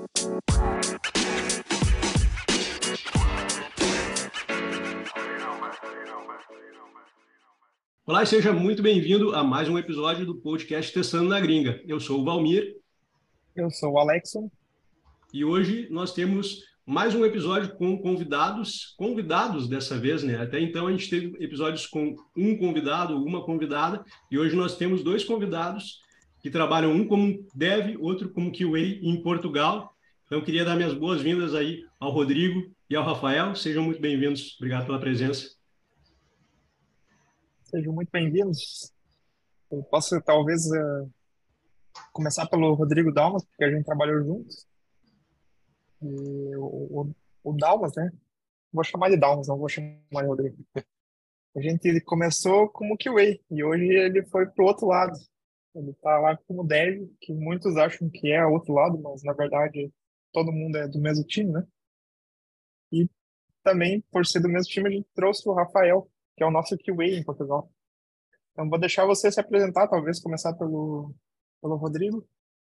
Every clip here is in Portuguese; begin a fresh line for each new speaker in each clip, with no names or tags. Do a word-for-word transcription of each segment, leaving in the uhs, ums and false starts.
Olá e seja muito bem-vindo a mais um episódio do podcast Testando na Gringa. Eu sou o Valmir.
Eu sou o Alexson.
E hoje nós temos mais um episódio com convidados, convidados dessa vez, né? Até então a gente teve episódios com um convidado, uma convidada, e hoje nós temos dois convidados que trabalham, um como dev, outro como Q A em Portugal. Então eu queria dar minhas boas-vindas aí ao Rodrigo e ao Rafael. Sejam muito bem-vindos. Obrigado pela presença.
Sejam muito bem-vindos. Eu posso, talvez, uh, começar pelo Rodrigo Dalmas, porque a gente trabalhou juntos. E o, o, o Dalmas, né? Vou chamar de Dalmas, não vou chamar de Rodrigo. A gente começou como Q A e hoje ele foi pro outro lado. Ele tá lá como dev, que muitos acham que é outro lado, mas na verdade todo mundo é do mesmo time, né? E também, por ser do mesmo time, a gente trouxe o Rafael, que é o nosso Q A em Portugal. Então vou deixar você se apresentar, talvez começar pelo, pelo Rodrigo.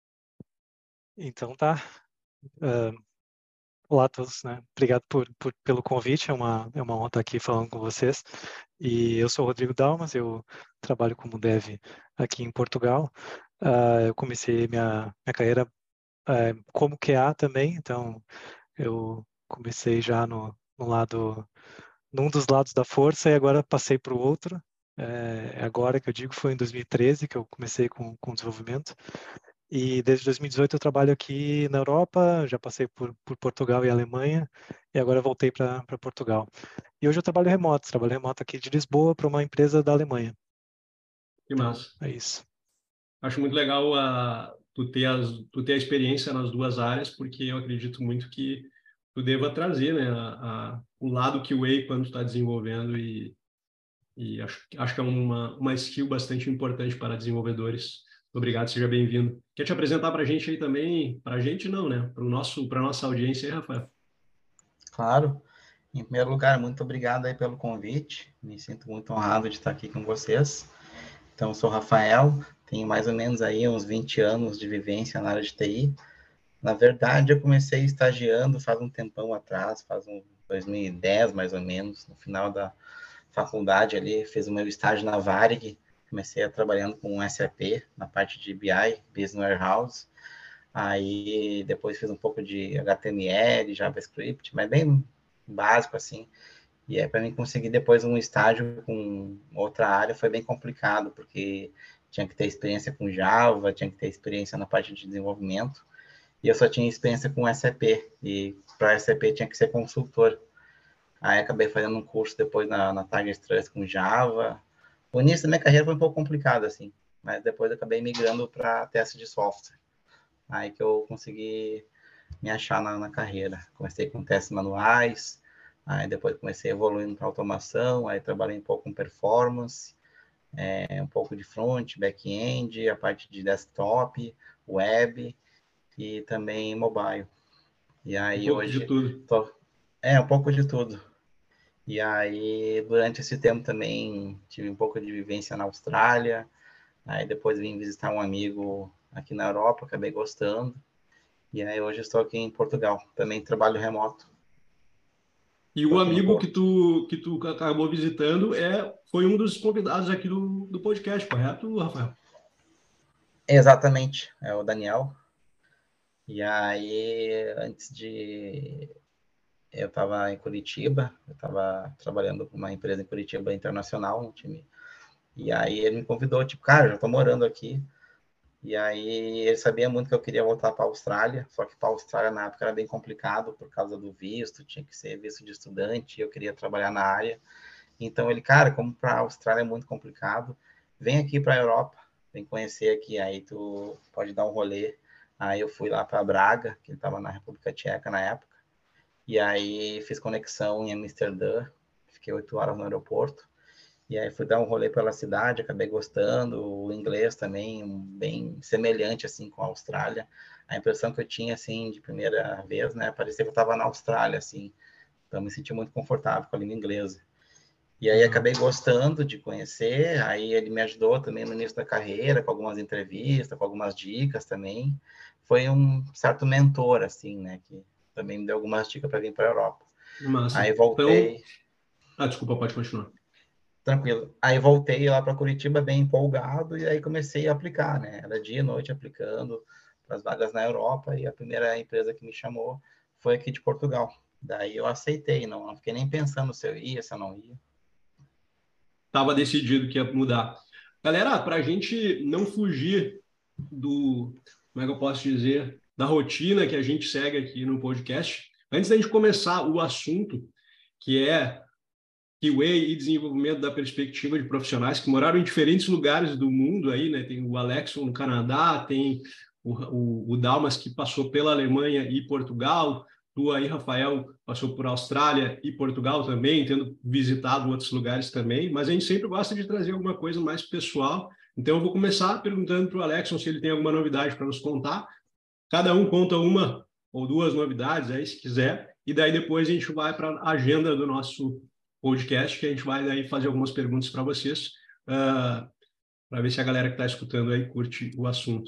Então tá. Uh, olá a todos, né? Obrigado por, por, pelo convite, é uma, é uma honra estar aqui falando com vocês. E eu sou o Rodrigo Dalmas, eu trabalho como dev aqui em Portugal. Uh, eu comecei minha, minha carreira uh, como Q A também, então eu comecei já no, no lado, num dos lados da força e agora passei para o outro. É, agora que eu digo foi em dois mil e treze que eu comecei com, com desenvolvimento. E desde dois mil e dezoito eu trabalho aqui na Europa, já passei por, por Portugal e Alemanha, e agora voltei para Portugal. E hoje eu trabalho remoto, trabalho remoto aqui de Lisboa para uma empresa da Alemanha.
Que
Então,
massa.
é isso.
Acho muito legal a, tu, ter as, tu ter a experiência nas duas áreas, porque eu acredito muito que tu deva trazer, né, a, a, o lado Q A quando tu está desenvolvendo e, e acho, acho que é uma, uma skill bastante importante para desenvolvedores. Obrigado, seja bem-vindo. Quer te apresentar para a gente aí também? Para a gente não, né? Para o nosso, para nossa audiência aí, Rafael.
Claro. Em primeiro lugar, muito obrigado aí pelo convite. Me sinto muito honrado de estar aqui com vocês. Então, eu sou o Rafael, tenho mais ou menos aí uns vinte anos de vivência na área de T I. Na verdade, eu comecei estagiando faz um tempão atrás, faz um dois mil e dez mais ou menos, no final da faculdade ali, fiz o meu estágio na Varig, comecei a trabalhando com S A P na parte de B I, Business Warehouse. Aí depois fiz um pouco de H T M L, JavaScript, mas bem básico assim. E é para mim conseguir depois um estágio com outra área foi bem complicado, porque tinha que ter experiência com Java, tinha que ter experiência na parte de desenvolvimento, e eu só tinha experiência com S A P, e para S A P tinha que ser consultor. Aí acabei fazendo um curso depois na, na Tiger Trust com Java. O início da minha carreira foi um pouco complicado, assim, mas depois eu acabei migrando para teste de software. Aí que eu consegui me achar na, na carreira. Comecei com testes manuais, aí depois comecei evoluindo para automação, aí trabalhei um pouco com performance, é, um pouco de front, back-end, a parte de desktop, web e também mobile. E aí
Um pouco
hoje
de tudo.
tô, é um pouco de tudo. E aí durante esse tempo também tive um pouco de vivência na Austrália, aí depois vim visitar um amigo aqui na Europa, acabei gostando. E aí hoje estou aqui em Portugal, também trabalho remoto.
E o amigo que tu, que tu acabou visitando é, foi um dos convidados aqui do, do podcast, correto, Rafael?
Exatamente, é o Daniel. E aí, antes de... Eu estava em Curitiba, eu estava trabalhando com uma empresa em Curitiba internacional, um time. E aí ele me convidou, tipo, cara, já estou morando aqui. E aí ele sabia muito que eu queria voltar para a Austrália, só que para a Austrália na época era bem complicado por causa do visto, tinha que ser visto de estudante, eu queria trabalhar na área. Então ele, cara, como para a Austrália é muito complicado, vem aqui para a Europa, vem conhecer aqui, aí tu pode dar um rolê. Aí eu fui lá para Braga, que estava na República Tcheca na época, e aí fiz conexão em Amsterdã, fiquei oito horas no aeroporto. E aí fui dar um rolê pela cidade, acabei gostando, o inglês também bem semelhante assim com a Austrália. A impressão que eu tinha assim de primeira vez, né, parecia que eu estava na Austrália assim. Então me senti muito confortável com a língua inglesa. E aí acabei gostando de conhecer, aí ele me ajudou também no início da carreira, com algumas entrevistas, com algumas dicas também. Foi um certo mentor, assim, né, que também me deu algumas dicas para vir para a Europa.
Massa.
Aí voltei...
Então... Ah, desculpa, pode continuar.
Tranquilo. Aí voltei lá para Curitiba bem empolgado e aí comecei a aplicar, né? Era dia e noite aplicando para as vagas na Europa e a primeira empresa que me chamou foi aqui de Portugal. Daí eu aceitei, não, não fiquei nem pensando se eu ia, se eu não ia.
Estava decidido que ia mudar. Galera, para a gente não fugir do, como é que eu posso dizer, da rotina que a gente segue aqui no podcast, antes da gente começar o assunto, que é Q A e desenvolvimento da perspectiva de profissionais que moraram em diferentes lugares do mundo aí, né? Tem o Alexson no Canadá, tem o, o, o Dalmas que passou pela Alemanha e Portugal, tu aí, Rafael, passou por Austrália e Portugal também, tendo visitado outros lugares também, mas a gente sempre gosta de trazer alguma coisa mais pessoal. Então eu vou começar perguntando para o Alexson se ele tem alguma novidade para nos contar. Cada um conta uma ou duas novidades aí, se quiser, e daí depois a gente vai para a agenda do nosso podcast, que a gente vai daí fazer algumas perguntas para vocês, uh, para ver se a galera que está escutando aí curte o assunto.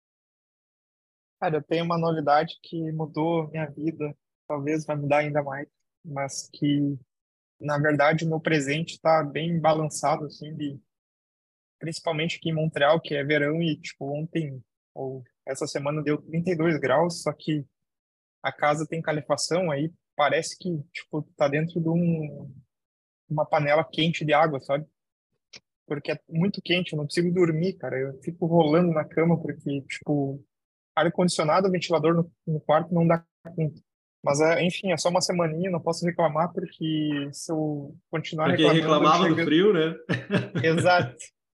Cara, eu tenho uma novidade que mudou minha vida, talvez vai mudar ainda mais, mas que, na verdade, o meu presente está bem balançado, assim, de, principalmente aqui em Montreal, que é verão, e, tipo, ontem, ou essa semana deu trinta e dois graus, só que a casa tem calefação, aí parece que, tipo, tá dentro de um, uma panela quente de água, sabe? Porque é muito quente, eu não consigo dormir, cara, eu fico rolando na cama, porque, tipo, ar-condicionado, ventilador no, no quarto não dá conta. Mas, é, enfim, é só uma semaninha, não posso reclamar, porque se eu continuar
Para quem
reclamando, eu
reclamava do
chego...
frio, né?
Exato.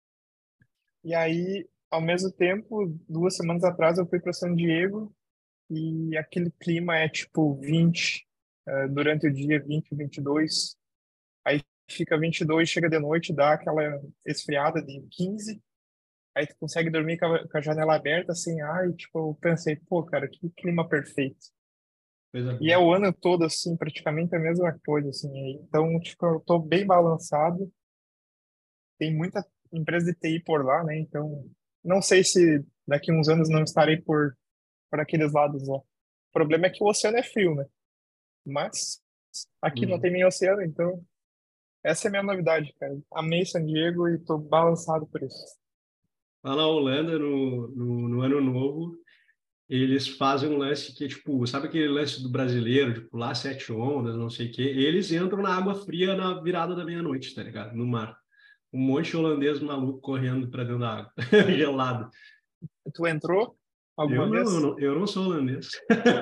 E aí, ao mesmo tempo, duas semanas atrás eu fui para São Diego e aquele clima é tipo vinte, eh, durante o dia vinte, vinte e dois. Aí fica vinte e dois, chega de noite, dá aquela esfriada de quinze. Aí tu consegue dormir com a, com a janela aberta sem ar e tipo, eu pensei, pô, cara, que clima perfeito.
Coisa
E é
boa.
o ano todo, assim, praticamente a mesma coisa, assim. Aí, então, tipo, eu tô bem balançado. Tem muita empresa de T I por lá, né? Então, não sei se daqui a uns anos não estarei por, por aqueles lados lá. O problema é que o oceano é frio, né? Mas aqui não
Uhum.
tem nem oceano, então essa é a minha novidade, cara. Amei San Diego e tô balançado por isso.
Lá na Holanda, no, no, no Ano Novo, eles fazem um lance que, tipo, sabe aquele lance do brasileiro, de pular sete ondas, não sei o quê? Eles entram na água fria na virada da meia-noite, tá ligado? No mar. Um monte de holandês maluco correndo para dentro da água, gelado.
Tu entrou
Eu
alguma
não, eu
vez?
não, eu não sou holandês.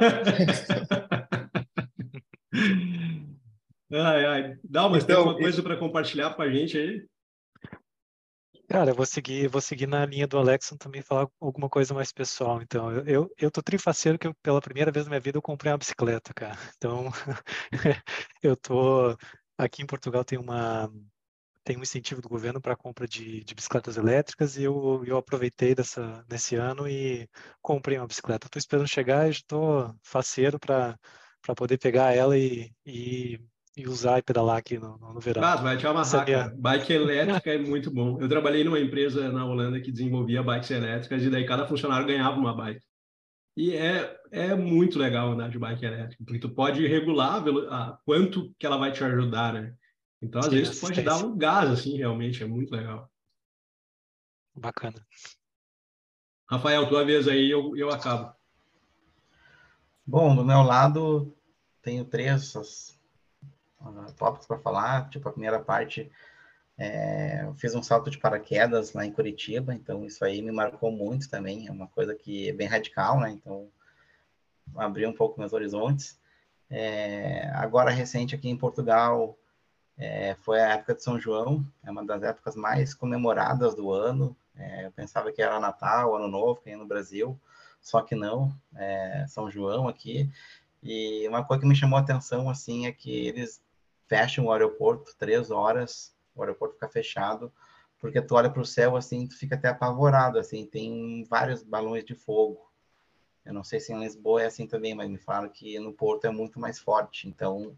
Ai, ai. Dá, mas tem
Então,
alguma
e-
coisa para compartilhar com a gente aí?
Cara, eu vou seguir, vou seguir na linha do Alexson também falar alguma coisa mais pessoal. Então, eu, eu, eu tô trifaceiro que eu, pela primeira vez na minha vida eu comprei uma bicicleta, cara. Então, eu tô aqui em Portugal tem uma tem um incentivo do governo para a compra de, de bicicletas elétricas e eu, eu aproveitei dessa nesse ano e comprei uma bicicleta. Estou esperando chegar e estou faceiro para para poder pegar ela e, e, e usar e pedalar aqui no, no, no verão.
Ah, tu vai te
Essa é a
amarrar,
minha
cara. Bike elétrica é muito bom. Eu trabalhei numa empresa na Holanda que desenvolvia bikes elétricas e daí cada funcionário ganhava uma bike. E é, é muito legal andar de bike elétrica, porque tu pode regular a velo- a quanto que ela vai te ajudar, né? Então, às
sim,
vezes, tu pode dar
assistência.
um gás, assim, realmente, é muito legal.
Bacana.
Rafael, tua vez aí, eu, eu acabo.
Bom, do meu lado, tenho três uh, tópicos para falar. Tipo, a primeira parte, é, eu fiz um salto de paraquedas lá em Curitiba, então isso aí me marcou muito também. É uma coisa que é bem radical, né? Então, abriu um pouco meus horizontes. É, agora, recente aqui em Portugal, é, foi a época de São João, é uma das épocas mais comemoradas do ano. É, eu pensava que era Natal, Ano Novo, que ia no Brasil, só que não, é São João aqui. E uma coisa que me chamou a atenção, assim, é que eles fecham o aeroporto três horas, o aeroporto fica fechado, porque tu olha para o céu, assim, tu fica até apavorado, assim, tem vários balões de fogo. Eu não sei se em Lisboa é assim também, mas me falaram que no Porto é muito mais forte. Então,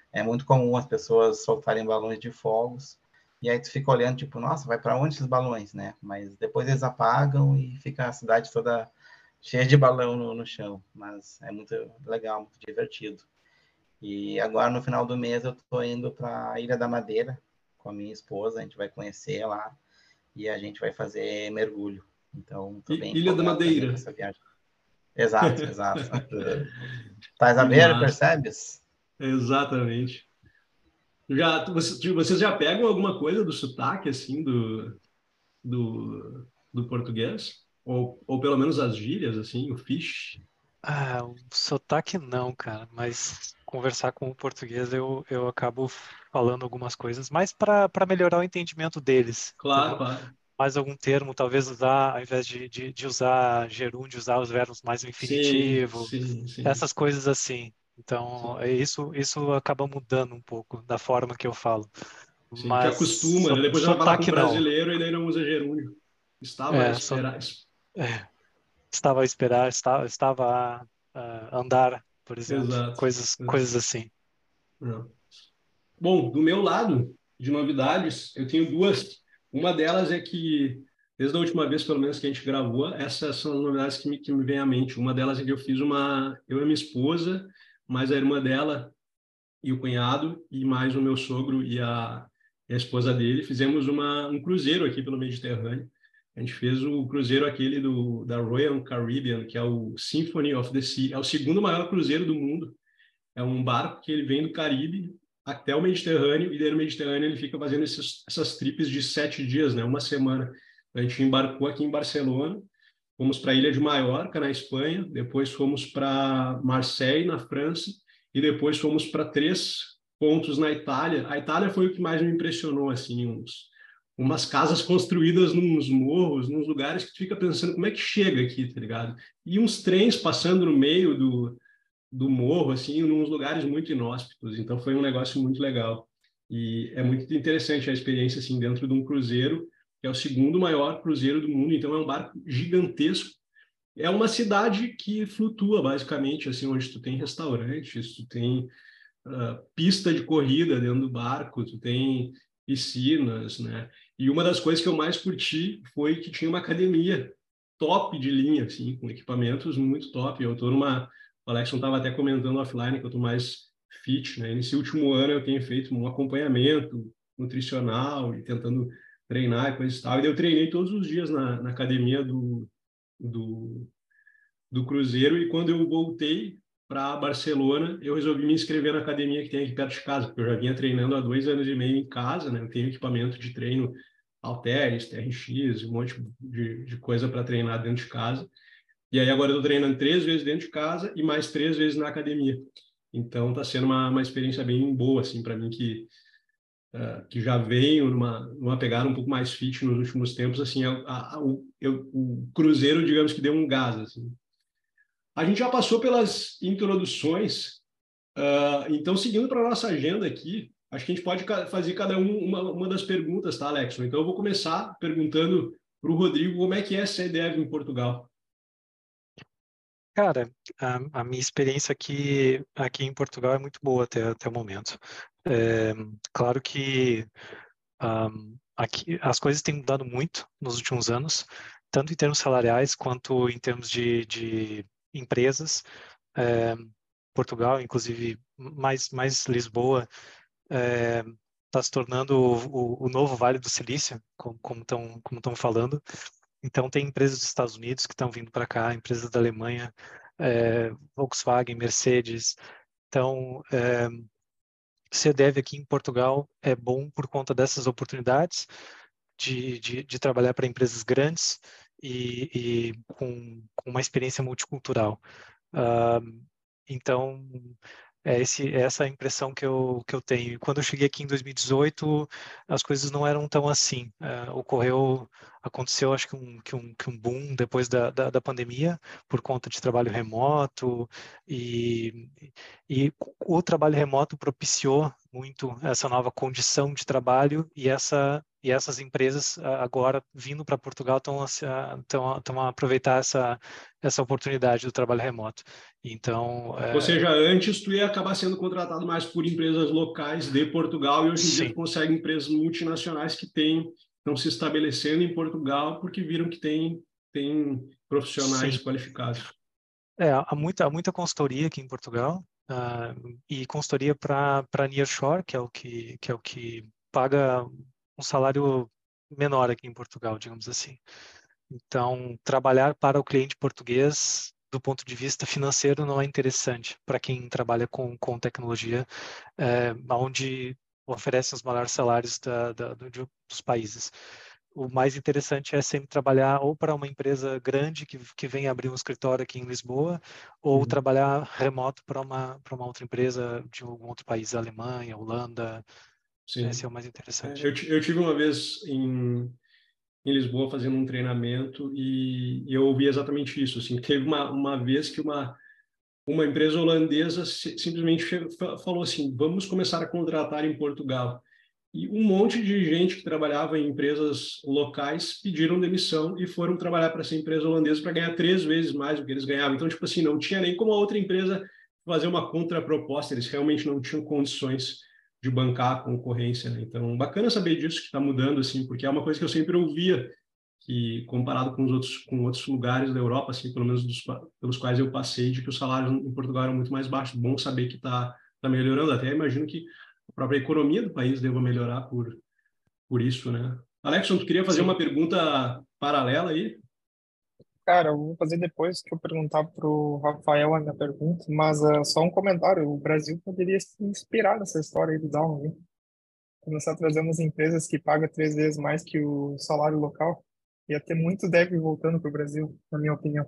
é muito comum as pessoas soltarem balões de fogos, e aí tu fica olhando, tipo, nossa, vai para onde esses balões, né? Mas depois eles apagam e fica a cidade toda cheia de balão no, no chão. Mas é muito legal, muito divertido. E agora, no final do mês, eu tô indo para a Ilha da Madeira com a minha esposa, a gente vai conhecer lá e a gente vai fazer mergulho. Então, tô bem
Ilha da
empolgado também com
Madeira.
essa viagem. Exato, exato. Estás a
Que
ver,
massa.
percebes?
Exatamente. Já, vocês, vocês já pegam alguma coisa do sotaque, assim, do, do, do português? Ou, ou pelo menos as gírias, assim, o fish?
Ah, o sotaque não, cara, mas conversar com o português eu, eu acabo falando algumas coisas, mais para para melhorar o entendimento deles,
Claro,
entendeu?
claro.
Mais algum termo, talvez usar, ao invés de, de, de usar gerúndio, usar os verbos mais no
Sim,
infinitivo,
sim, sim,
essas coisas assim. Então,
sim.
é isso, isso acaba mudando um pouco da forma que eu falo.
Sim, te
Mas
acostuma, né?
so,
Depois vai falar com um
sotaque não.
brasileiro e daí não usa gerúndio. Estava a
É, so,
esperar.
é, estava a esperar, estava, estava a, a andar, por exemplo,
Exato.
coisas,
Exato.
coisas assim.
Não. Bom, do meu lado de novidades, eu tenho duas. Uma delas é que, desde a última vez, pelo menos, que a gente gravou, essas são as novidades que me, que me vêm à mente. Uma delas é que eu fiz uma. Eu e minha esposa, mais a irmã dela e o cunhado, e mais o meu sogro e a, e a esposa dele, fizemos uma, um cruzeiro aqui pelo Mediterrâneo. A gente fez o cruzeiro aquele do, da Royal Caribbean, que é o Symphony of the Sea. É o segundo maior cruzeiro do mundo. É um barco que ele vem do Caribe até o Mediterrâneo, e daí no Mediterrâneo ele fica fazendo esses, essas trips de sete dias, né? Uma semana. A gente embarcou aqui em Barcelona, fomos para a Ilha de Maiorca, na Espanha, depois fomos para Marseille, na França, e depois fomos para três pontos na Itália. A Itália foi o que mais me impressionou, assim, uns, umas casas construídas nos morros, nos lugares que tu fica pensando como é que chega aqui, tá ligado? E uns trens passando no meio do, do morro, assim, em uns lugares muito inóspitos. Então foi um negócio muito legal. E é muito interessante a experiência, assim, dentro de um cruzeiro, que é o segundo maior cruzeiro do mundo. Então é um barco gigantesco. É uma cidade que flutua, basicamente, assim, onde tu tem restaurantes, tu tem uh, pista de corrida dentro do barco, tu tem piscinas, né? E uma das coisas que eu mais curti foi que tinha uma academia top de linha, assim, com equipamentos muito top. Eu tô numa... O Alex estava até comentando offline que eu tô mais fit, né? Nesse último ano eu tenho feito um acompanhamento nutricional e tentando treinar e coisa e tal. E eu treinei todos os dias na, na academia do, do, do Cruzeiro, e quando eu voltei para Barcelona, eu resolvi me inscrever na academia que tem aqui perto de casa, porque eu já vinha treinando há dois anos e meio em casa, né? Eu tenho equipamento de treino, halteres, T R X, um monte de, de coisa para treinar dentro de casa. E aí agora eu estou treinando três vezes dentro de casa e mais três vezes na academia. Então está sendo uma, uma experiência bem boa, assim, para mim, que uh, que já venho numa, numa pegada um pouco mais fit nos últimos tempos, assim, a, a, o, eu, o Cruzeiro, digamos que deu um gás, assim. A gente já passou pelas introduções, uh, então, seguindo para a nossa agenda aqui, acho que a gente pode fazer cada um uma, uma das perguntas, tá, Alex? Então, eu vou começar perguntando para o Rodrigo como é que é ser dev em Portugal.
Cara, a, a minha experiência aqui, aqui em Portugal é muito boa até, até o momento. É, claro que um, aqui as coisas têm mudado muito nos últimos anos, tanto em termos salariais quanto em termos de, de empresas. É, Portugal, inclusive mais, mais Lisboa, está se tornando o, o, o novo Vale do Silício, como estão como estão falando. Então, tem empresas dos Estados Unidos que estão vindo para cá, empresas da Alemanha, é, Volkswagen, Mercedes. Então, é, ser dev aqui em Portugal é bom por conta dessas oportunidades de, de, de trabalhar para empresas grandes e, e com, com uma experiência multicultural. Uh, então, é esse, é essa a impressão que eu, que eu tenho. Quando eu cheguei aqui em dois mil e dezoito, as coisas não eram tão assim. Uh, ocorreu aconteceu, acho que um, que um, que um boom depois da, da, da pandemia, por conta de trabalho remoto, e, e o trabalho remoto propiciou muito essa nova condição de trabalho, e, essa, e essas empresas agora, vindo para Portugal, estão a aproveitar essa, essa oportunidade do trabalho remoto. Então,
Ou
é...
seja, antes tu ia acabar sendo contratado mais por empresas locais de Portugal, e hoje em
Sim.
dia tu consegue empresas multinacionais que têm, estão se estabelecendo em Portugal porque viram que tem, tem profissionais
Sim.
qualificados.
É, há muita, há muita consultoria aqui em Portugal, uh, e consultoria para para nearshore, que é o que, que é o que paga um salário menor aqui em Portugal, digamos assim. Então, trabalhar para o cliente português, do ponto de vista financeiro, não é interessante para quem trabalha com, com tecnologia, é, onde oferecem os maiores salários da, da, do, dos países. O mais interessante é sempre trabalhar ou para uma empresa grande que, que vem abrir um escritório aqui em Lisboa, ou
Uhum.
trabalhar remoto para uma, para uma outra empresa de algum outro país, Alemanha, Holanda.
Sim.
Esse é o mais interessante.
É, eu, eu tive uma vez em, em Lisboa fazendo um treinamento e, e eu ouvi exatamente isso. Assim, teve uma, uma vez que uma, uma empresa holandesa simplesmente falou assim, vamos começar a contratar em Portugal. E um monte de gente que trabalhava em empresas locais pediram demissão e foram trabalhar para essa empresa holandesa para ganhar três vezes mais do que eles ganhavam. Então, tipo assim, não tinha nem como a outra empresa fazer uma contraproposta, eles realmente não tinham condições de bancar a concorrência, né? Então, bacana saber disso que está mudando, assim, porque é uma coisa que eu sempre ouvia, que comparado com os outros, com outros lugares da Europa, assim, pelo menos dos, pelos quais eu passei, de que os salários em Portugal eram muito mais baixos. Bom saber que está tá melhorando. Até imagino que a própria economia do país deva melhorar por, por isso, né? Alexson, tu queria fazer
Sim.
uma pergunta paralela aí?
Cara, eu vou fazer depois que eu perguntar pro Rafael a minha pergunta, mas uh, só um comentário. O Brasil poderia se inspirar nessa história aí do Down, hein? Começar a trazer umas empresas que pagam três vezes mais que o salário local. Ia ter muito dev voltando pro Brasil, na minha opinião.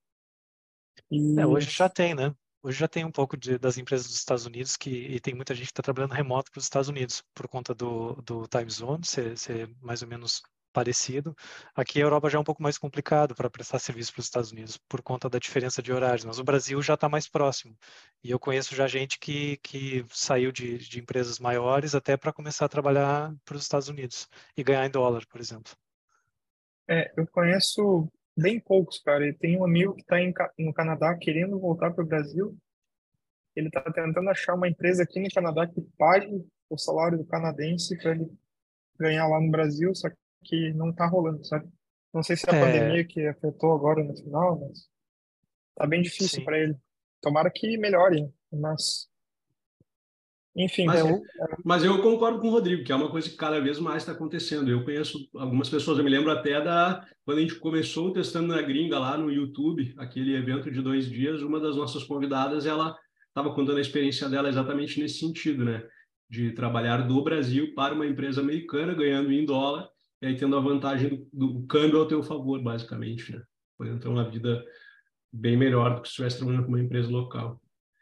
É,
E
hoje já tem, né? Hoje já tem um pouco de, das empresas dos Estados Unidos que e tem muita gente que está trabalhando remoto para os Estados Unidos por conta do, do time zone ser, ser mais ou menos parecido. Aqui a Europa já é um pouco mais complicado para prestar serviço para os Estados Unidos por conta da diferença de horários, mas o Brasil já está mais próximo. E eu conheço já gente que, que saiu de, de empresas maiores até para começar a trabalhar para os Estados Unidos e ganhar em dólar, por exemplo.
é, eu conheço bem poucos, cara. E tem um amigo que está no Canadá querendo voltar para o Brasil. Ele está tentando achar uma empresa aqui no Canadá que pague o salário do canadense para ele ganhar lá no Brasil, só que não está rolando, sabe? Não sei se é a
É,
pandemia que afetou agora no final, mas tá bem difícil
sim.
para ele. Tomara que melhore, mas enfim,
É,
Mas,
o,
mas eu concordo com o Rodrigo, que é uma coisa que cada vez mais está acontecendo. Eu conheço algumas pessoas, eu me lembro até da quando a gente começou o Testando na Gringa lá no YouTube, aquele evento de dois dias, uma das nossas convidadas, ela estava contando a experiência dela exatamente nesse sentido, né? De trabalhar do Brasil para uma empresa americana, ganhando em dólar, e aí tendo a vantagem do, do câmbio ao teu favor, basicamente, né? Foi então uma vida bem melhor do que se estivesse trabalhando com uma empresa local.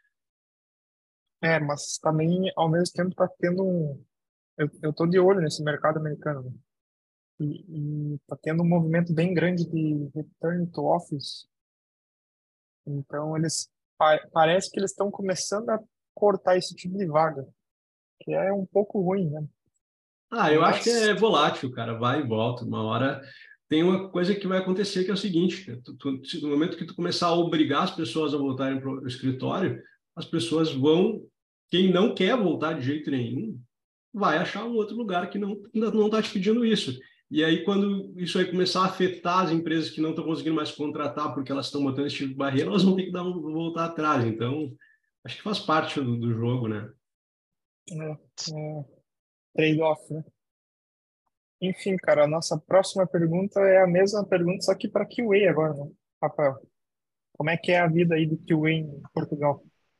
é, mas também ao mesmo tempo tá tendo um, eu, eu tô de olho nesse mercado americano, né? E, e tá tendo um movimento bem grande de return to office. Então eles pa- parece que eles estão começando a cortar esse tipo de vaga, que é um pouco ruim, né?
Ah, eu acho que
Mas
é volátil, cara, vai e volta. Uma hora tem uma coisa que vai acontecer que é o seguinte, cara, tu, tu, se no momento que tu começar a obrigar as pessoas a voltarem para o escritório, as pessoas vão, quem não quer voltar de jeito nenhum, vai achar um outro lugar que não não está te pedindo isso. E aí, quando isso aí começar a afetar as empresas que não estão conseguindo mais contratar porque elas estão botando esse tipo de barreira, elas vão ter que dar um, voltar atrás. Então, acho que faz parte do, do jogo, né?
é, é trade-off, né? Enfim, cara, a nossa próxima pergunta é a mesma pergunta, só que para Q A agora, né, Rafael? Como é que é a vida aí do Q A em Portugal?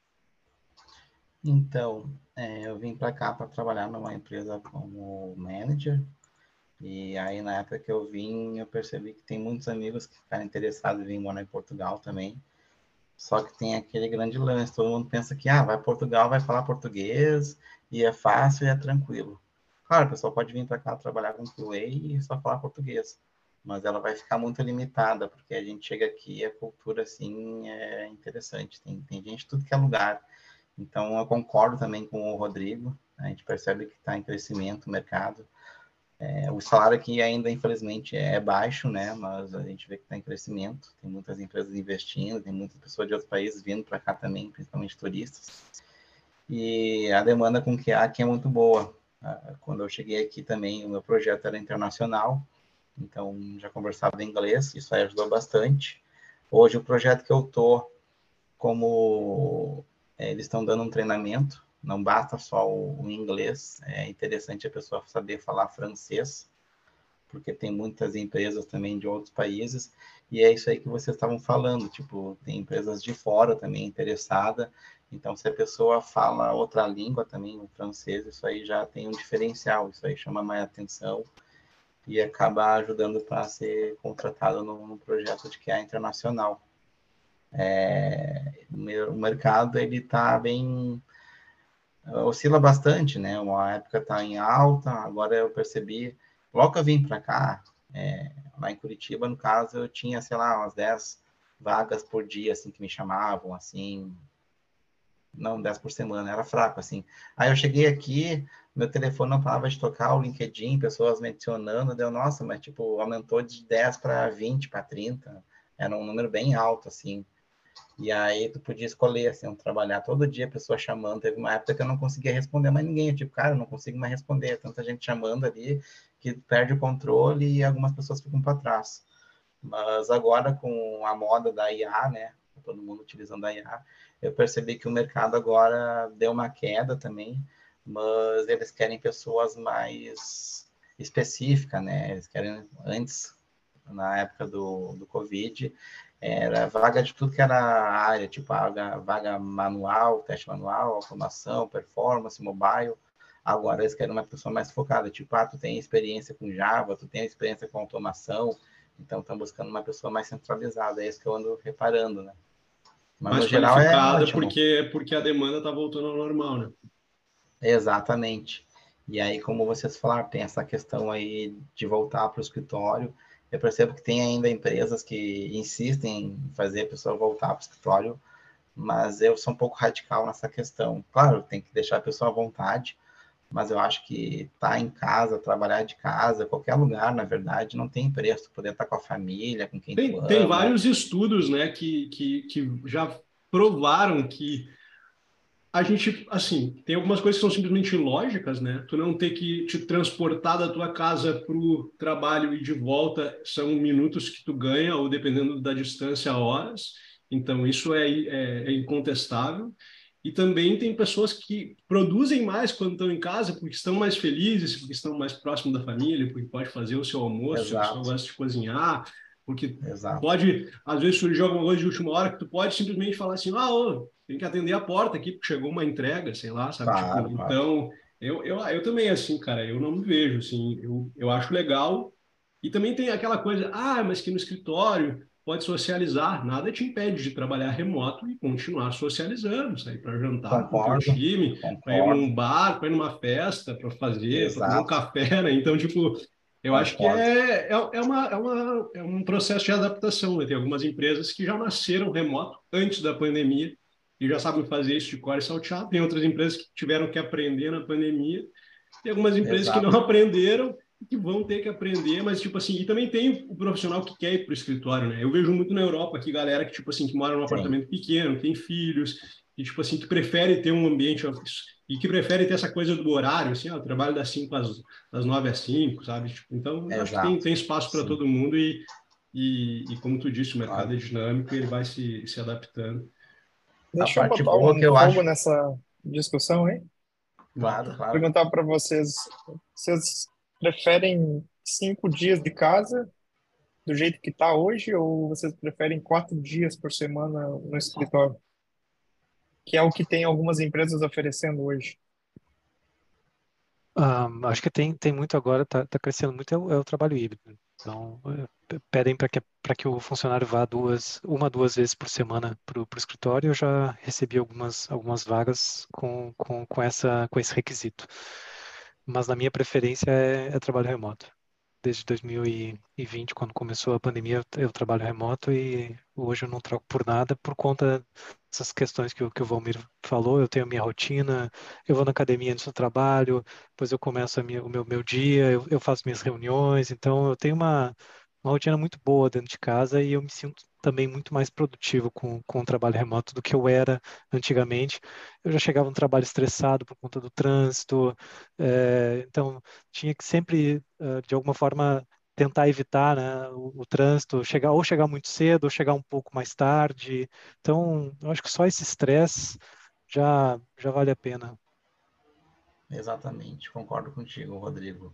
Então, é, eu vim para cá para trabalhar numa empresa como manager. E aí, na época que eu vim, eu percebi que tem muitos amigos que ficaram interessados em vir morar em Portugal também. Só que tem aquele grande lance, todo mundo pensa que, ah, vai a Portugal, vai falar português, e é fácil e é tranquilo. Claro, o pessoal pode vir para cá trabalhar com Q A e só falar português. mas ela vai ficar muito limitada, porque a gente chega aqui e a cultura, assim, é interessante. Tem, tem gente de tudo que é lugar. Então, eu concordo também com o Rodrigo. A gente percebe que está em crescimento o mercado. É, o salário aqui ainda, infelizmente, é baixo, né? Mas a gente vê que está em crescimento. Tem muitas empresas investindo, tem muitas pessoas de outros países vindo para cá também, principalmente turistas. E a demanda com que há aqui é muito boa. Quando eu cheguei aqui também, o meu projeto era internacional, então já conversava em inglês, isso aí ajudou bastante. Hoje, o projeto que eu tô, como é, eles estão dando um treinamento, não basta só o, o inglês, é interessante a pessoa saber falar francês, porque tem muitas empresas também de outros países, e é isso aí que vocês estavam falando, tipo, tem empresas de fora também interessadas, então se a pessoa fala outra língua também, o francês, isso aí já tem um diferencial, isso aí chama mais atenção e acaba ajudando para ser contratado no, no projeto de Q A internacional. É, o mercado, ele está bem... oscila bastante, né? Uma época está em alta, agora eu percebi, logo que eu vim para cá, é, lá em Curitiba, no caso, eu tinha, sei lá, umas dez vagas por dia, assim, que me chamavam, assim, não dez por semana, era fraco, assim. Aí eu cheguei aqui, meu telefone não parava de tocar, o LinkedIn, pessoas mencionando, deu, nossa, mas, tipo, aumentou de dez para vinte, para trinta, era um número bem alto, assim. E aí tu podia escolher, assim, trabalhar todo dia, a pessoa chamando. Teve uma época que eu não conseguia responder mais ninguém. Eu, tipo, cara, eu não consigo mais responder. Tanta gente chamando ali que perde o controle e algumas pessoas ficam para trás. Mas agora, com a moda da I A, né? Todo mundo utilizando a I A, eu percebi que o mercado agora deu uma queda também, mas eles querem pessoas mais específicas, né? Eles querem, antes, na época do, do Covid, era vaga de tudo que era área, tipo vaga, vaga manual, teste manual, automação, performance, mobile. Agora eles querem uma pessoa mais focada, tipo, ah, tu tem experiência com Java, tu tem experiência com automação, então estão buscando uma pessoa mais centralizada, é isso que eu ando reparando, né? Mas
Mais
no geral é
qualificada
ótimo.
porque, porque a demanda está voltando ao normal, né?
Exatamente. E aí, como vocês falaram, tem essa questão aí de voltar para o escritório. Eu percebo que tem ainda empresas que insistem em fazer a pessoa voltar para o escritório, mas eu sou um pouco radical nessa questão. Claro, tem que deixar a pessoa à vontade, mas eu acho que estar tá em casa, trabalhar de casa, qualquer lugar, na verdade, não tem preço. Poder estar com a família, com quem tu
Tem, tem
ama.
vários estudos, né, que, que, que já provaram que a gente, assim, tem algumas coisas que são simplesmente ilógicas, né? Tu não ter que te transportar da tua casa para o trabalho e de volta são minutos que tu ganha, ou dependendo da distância, horas. Então, isso é, é, é incontestável. E também tem pessoas que produzem mais quando estão em casa, porque estão mais felizes, porque estão mais próximos da família, porque pode fazer o seu almoço, se a pessoa
Exato,
gosta de cozinhar, porque
exato.
pode, às vezes, surgir alguma coisa de última hora que tu pode simplesmente falar assim, ah, ô, tem que atender a porta aqui, porque chegou uma entrega, sei lá, sabe? Tipo,
Claro, claro.
então, eu, eu, eu também, assim, cara, eu não me vejo, assim, eu, eu acho legal. E também tem aquela coisa, ah, mas que no escritório pode socializar, nada te impede de trabalhar remoto e continuar socializando, sair para jantar com o teu
Concordo,
time, para ir
concordo.
num bar, para ir numa festa, para fazer, para tomar um
Exato,
café, né? Então, tipo, eu acho que
concordo.
é, é, é, uma, é, uma, é um processo de adaptação, né? Tem algumas empresas que já nasceram remoto antes da pandemia e já sabem fazer isso de cor e salteado. Tem outras empresas que tiveram que aprender na pandemia. Tem algumas empresas que não
Exato.
aprenderam e que vão ter que aprender, mas, tipo assim, e também tem o profissional que quer ir para o escritório, né? Eu vejo muito na Europa aqui, galera que, tipo assim, que mora num
Sim,
apartamento pequeno, tem filhos, e, tipo assim, que prefere ter um ambiente e que prefere ter essa coisa do horário, assim, ó, trabalho das cinco às, das nove às cinco, sabe? Tipo, então, eu acho que tem,
exato.
tem espaço para
Sim,
todo mundo e, e, e, como tu disse, o mercado é
claro.
dinâmico e ele vai se, se adaptando.
A
Deixa eu
parte
botar
boa
um
que eu
fogo
acho,
nessa discussão, hein?
claro,
Bota.
claro.
Perguntar para vocês, vocês preferem cinco dias de casa do jeito que está hoje ou vocês preferem quatro dias por semana no escritório? Que é o que tem algumas empresas oferecendo hoje.
Um, acho que tem, tem muito agora, está tá crescendo muito, é o, é o trabalho híbrido. Então, é, pedem para que, para que o funcionário vá duas, uma, duas vezes por semana para o escritório. Eu já recebi algumas, algumas vagas com, com, com, essa, com esse requisito. Mas na minha preferência é, é trabalho remoto. desde dois mil e vinte, quando começou a pandemia, eu, eu trabalho remoto e hoje eu não troco por nada por conta dessas questões que, o- que o Valmir falou. Eu tenho a minha rotina, eu vou na academia antes do trabalho, depois eu começo a minha- o meu, meu dia, eu, eu faço minhas reuniões, então eu tenho uma, uma rotina muito boa dentro de casa e eu me sinto também muito mais produtivo com, com o trabalho remoto do que eu era antigamente. Eu já chegava no trabalho estressado por conta do trânsito, eh, então tinha que sempre, eh, de alguma forma, tentar evitar, né, o, o trânsito, chegar ou chegar muito cedo ou chegar um pouco mais tarde. Então, eu acho que só esse estresse já já vale a pena.
Exatamente, concordo contigo, Rodrigo.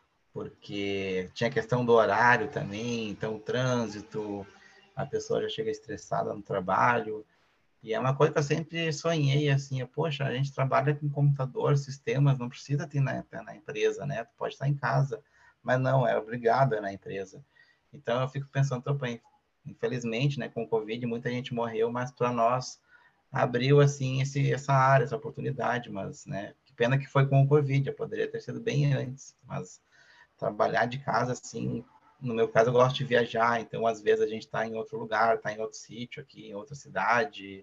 Porque tinha a questão do horário também, então o trânsito, a pessoa já chega estressada no trabalho. E é uma coisa que eu sempre sonhei, assim, é, poxa, a gente trabalha com computador, sistemas, não precisa ter na, ter na empresa, né? Tu pode estar em casa, mas não, é obrigado a ir na empresa. Então eu fico pensando, também, infelizmente, né, com o Covid, muita gente morreu, mas para nós abriu, assim, esse, essa área, essa oportunidade, mas, né, que pena que foi com o Covid, eu poderia ter sido bem antes, mas trabalhar de casa, assim, no meu caso, eu gosto de viajar, então, às vezes, a gente está em outro lugar, está em outro sítio aqui, em outra cidade,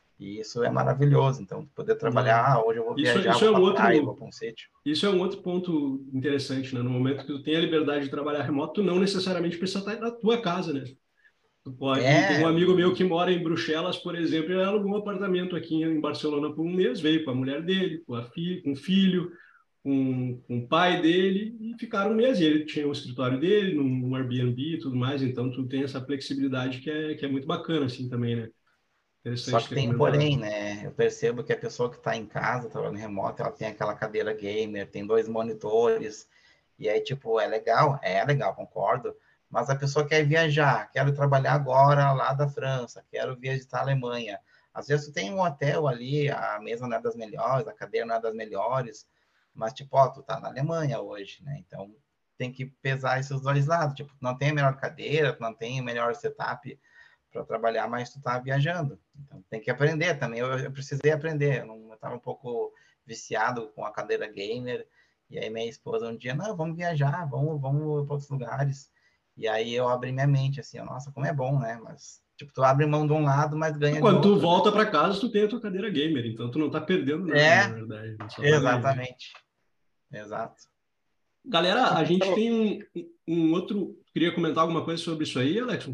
e isso é maravilhoso. Então, poder trabalhar,
Não.
ah, hoje eu vou
Isso,
viajar,
isso
vou
é um
para a praia, vou
outro,
para um sítio.
isso é um outro ponto interessante, né? No momento que tu tem a liberdade de trabalhar remoto, tu não necessariamente precisa estar na tua casa, né? Tu pode. Tem um
É,
amigo meu que mora em Bruxelas, por exemplo, ele alugou um apartamento aqui em Barcelona por um mês, veio com a mulher dele, com a filha, com o filho, com, com o pai dele, e ficaram um mês. E ele tinha o escritório dele, num, num Airbnb e tudo mais, então tu tem essa flexibilidade que é, que é muito bacana, assim, também, né?
só
Interessante
que
ter
tem um
comentado.
porém, né? Eu percebo que a pessoa que está em casa, trabalhando remoto, ela tem aquela cadeira gamer, tem dois monitores, e aí, tipo, é legal, é legal, concordo, mas a pessoa quer viajar, quero trabalhar agora lá da França, quero visitar a Alemanha. Às vezes tu tem um hotel ali, a mesa não é das melhores, a cadeira não é das melhores, mas, tipo, ó, tu tá na Alemanha hoje, né? Então, tem que pesar esses dois lados. Tipo, tu não tem a melhor cadeira, tu não tem o melhor setup para trabalhar, mas tu tá viajando. Então, tem que aprender também. Eu, eu precisei aprender. Eu estava um pouco viciado com a cadeira gamer. E aí minha esposa um dia, não, vamos viajar, vamos, vamos para outros lugares. E aí eu abri minha mente, assim, nossa, como é bom, né? Mas, tipo, tu abre mão de um lado, mas ganha de
Quando tu
outro, né?
volta para casa, tu tem a tua cadeira gamer, então tu não tá perdendo nada, na
É,
verdade, né? Só tá ganhando.
exatamente. Exato.
Galera, a gente
Então,
tem um, um outro. Queria comentar alguma coisa sobre isso aí, Alex?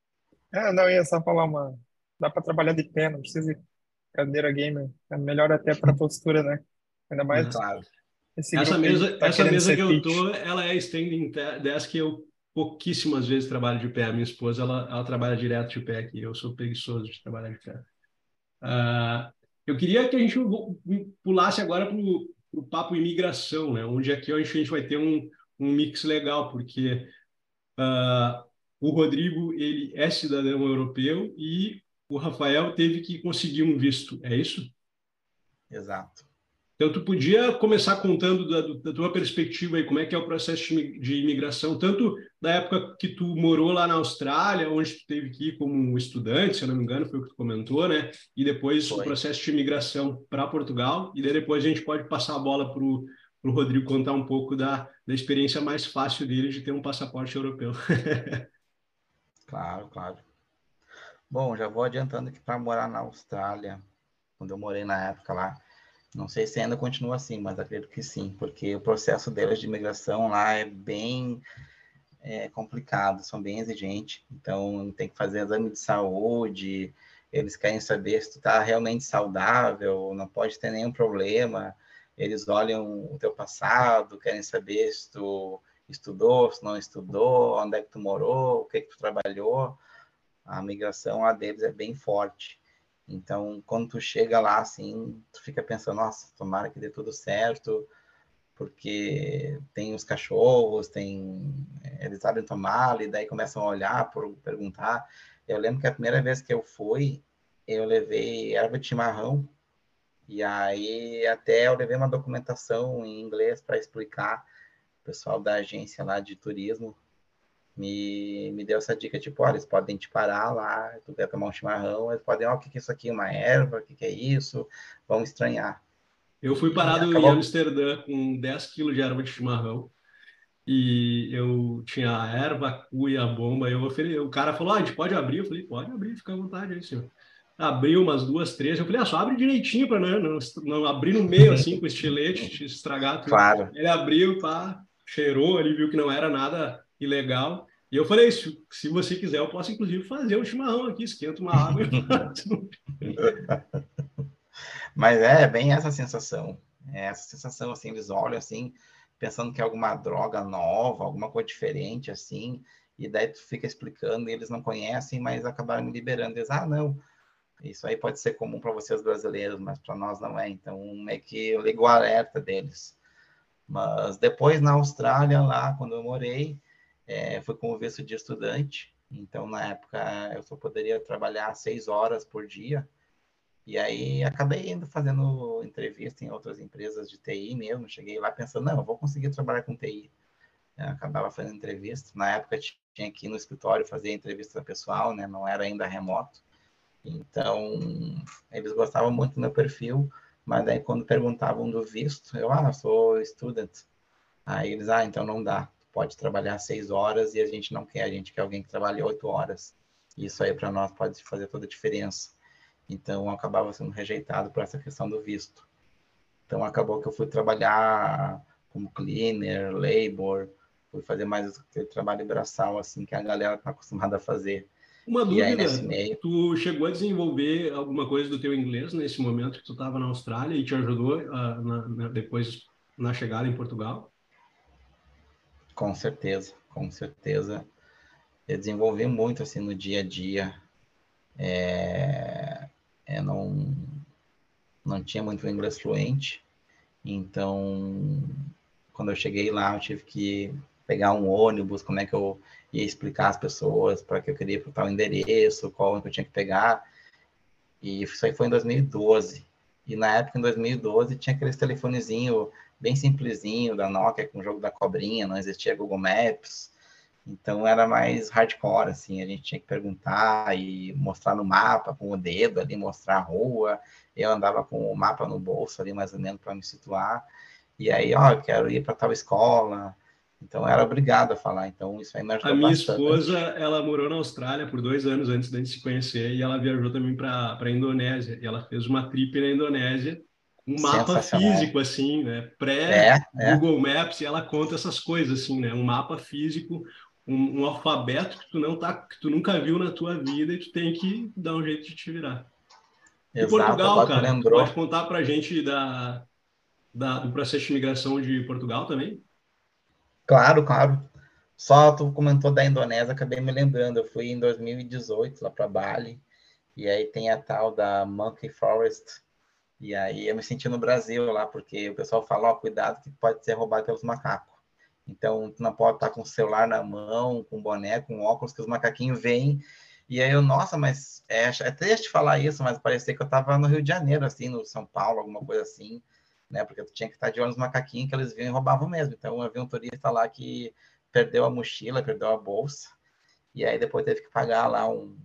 é, não, ia só falar uma. Dá para trabalhar de pé, não precisa de cadeira gamer. É melhor até para postura, né? Ainda mais
Né?
Claro.
esse
Essa
grupo aí que
mesa,
tá
essa
querendo
mesa que
ser
eu
fit.
tô, ela é standing te- desk. Eu pouquíssimas vezes trabalho de pé. A minha esposa, ela, ela trabalha direto de pé aqui. Eu sou preguiçoso de trabalhar de pé. Ah, eu queria que a gente vo- pulasse agora para o papo imigração, né? Onde aqui a gente, a gente vai ter um, um mix legal, porque ah, o Rodrigo, ele é cidadão europeu e o Rafael teve que conseguir um visto, é isso?
Exato.
Então, tu podia começar contando da, da tua perspectiva aí, como é que é o processo de imi- de imigração, tanto da época que tu morou lá na Austrália, onde tu teve que ir como um estudante, se eu não me engano, foi o que tu comentou, né? E depois o
Foi.
processo de imigração para Portugal, e daí depois a gente pode passar a bola para o Rodrigo contar um pouco da, da experiência mais fácil dele de ter um passaporte europeu.
Claro, claro. Bom, já vou adiantando que para morar na Austrália, quando eu morei na época lá, não sei se ainda continua assim, mas acredito que sim, porque o processo deles de imigração lá é bem é, complicado, são bem exigentes, então tem que fazer exame de saúde, eles querem saber se tu está realmente saudável, não pode ter nenhum problema, eles olham o teu passado, querem saber se tu estudou, se não estudou, onde é que tu morou, o que que tu trabalhou, a migração lá deles é bem forte. Então, quando tu chega lá, assim, tu fica pensando, nossa, tomara que dê tudo certo, porque tem os cachorros, tem eles abrem tua mala e daí começam a olhar, por perguntar. Eu lembro que a primeira vez que eu fui, eu levei erva de chimarrão e aí até eu levei uma documentação em inglês para explicar. O pessoal da agência lá de turismo me, me deu essa dica, tipo, olha, eles podem te parar lá, tu quer tomar um chimarrão, eles podem, ó, oh, o que, que é isso aqui? Uma erva? O que, que é isso? Vão estranhar.
Eu fui
E
parado em
acabou.
Amsterdã com dez quilos de erva de chimarrão. e eu tinha a erva, a cuia, a bomba. Eu ofereci, o cara falou: ah, a gente pode abrir? Eu falei: pode abrir, fica à vontade aí, senhor. Abriu umas duas, três. Eu falei: ah, só abre direitinho para não, não, não abrir no meio assim com estilete, estragar tudo.
Claro.
Ele abriu, pá, cheirou, ele viu que não era nada ilegal. E eu falei: se, se você quiser, eu posso inclusive fazer um chimarrão aqui, esquenta uma água e faço.
Mas é bem essa sensação. É essa sensação, assim, eles olham, assim, pensando que é alguma droga nova, alguma coisa diferente, assim, e daí tu fica explicando e eles não conhecem, mas acabaram me liberando. Eles, ah, não, isso aí pode ser comum para vocês brasileiros, mas para nós não é. Então, meio que eu ligo o alerta deles. Mas depois, na Austrália, lá, quando eu morei, é, fui com o visto de estudante. Então, na época, eu só poderia trabalhar seis horas por dia. E aí acabei indo fazendo entrevista em outras empresas de T I mesmo. Cheguei lá pensando, não, eu vou conseguir trabalhar com T I. Eu acabava fazendo entrevista. Na época tinha que ir no escritório fazer entrevista pessoal, né? Não era ainda remoto. Então, eles gostavam muito do meu perfil, mas daí quando perguntavam do visto, eu, ah, sou student. Aí eles, ah, então não dá. Pode trabalhar seis horas e a gente não quer, a gente quer alguém que trabalhe oito horas. Isso aí para nós pode fazer toda a diferença. Então, eu acabava sendo rejeitado por essa questão do visto. Então, acabou que eu fui trabalhar como cleaner, labor, fui fazer mais aquele trabalho braçal, assim, que a galera está acostumada a fazer.
Uma
E aí, nesse
dúvida,
meio...
tu chegou a desenvolver alguma coisa do teu inglês nesse momento que tu estava na Austrália e te ajudou uh, na, na, depois na chegada em Portugal?
Com certeza, com certeza. Eu desenvolvi muito, assim, no dia a dia. É... Eu não, não tinha muito inglês fluente, então, quando eu cheguei lá, eu tive que pegar um ônibus, como é que eu ia explicar às pessoas para que eu queria ir para tal endereço, qual que eu tinha que pegar. E isso aí foi em dois mil e doze. E na época, em dois mil e doze, tinha aqueles telefonezinho bem simplesinho da Nokia, com o jogo da cobrinha, não existia Google Maps. Então era mais hardcore, assim, a gente tinha que perguntar e mostrar no mapa com o dedo ali, mostrar a rua. Eu andava com o mapa no bolso ali, mais ou menos, para me situar. E aí, ó, eu quero ir para tal escola. Então, eu era obrigado a falar. Então, isso aí me
A
ajudou
minha esposa,
bastante.
ela morou na Austrália por dois anos antes da gente se conhecer e ela viajou também para a Indonésia. E ela fez uma trip na Indonésia, um mapa
Sensacional.
físico, assim, né?
É, é,
Pré-Google Maps, e ela conta essas coisas, assim, né? Um mapa físico, um, um alfabeto que tu não tá, que tu nunca viu na tua vida e tu tem que dar um jeito de te virar. E
exato.
Portugal,
Agora tu
cara, tu pode
lembrou.
contar pra gente da, da, do processo de imigração de Portugal também?
Claro, claro. Só tu comentou da Indonésia, acabei me lembrando. Eu fui em dois mil e dezoito lá para Bali. E aí tem a tal da Monkey Forest. E aí eu me senti no Brasil lá, porque o pessoal fala, ó, cuidado que pode ser roubado pelos macacos. Então, tu não pode estar com o celular na mão, com boné, com óculos, que os macaquinhos vêm. E aí eu, nossa, mas é, é triste falar isso, mas parecia que eu estava no Rio de Janeiro, assim, no São Paulo, alguma coisa assim, né? Porque tu tinha que estar de olho nos macaquinhos, que eles vinham e roubavam mesmo. Então, eu vi um turista lá que perdeu a mochila, perdeu a bolsa, e aí depois teve que pagar lá um,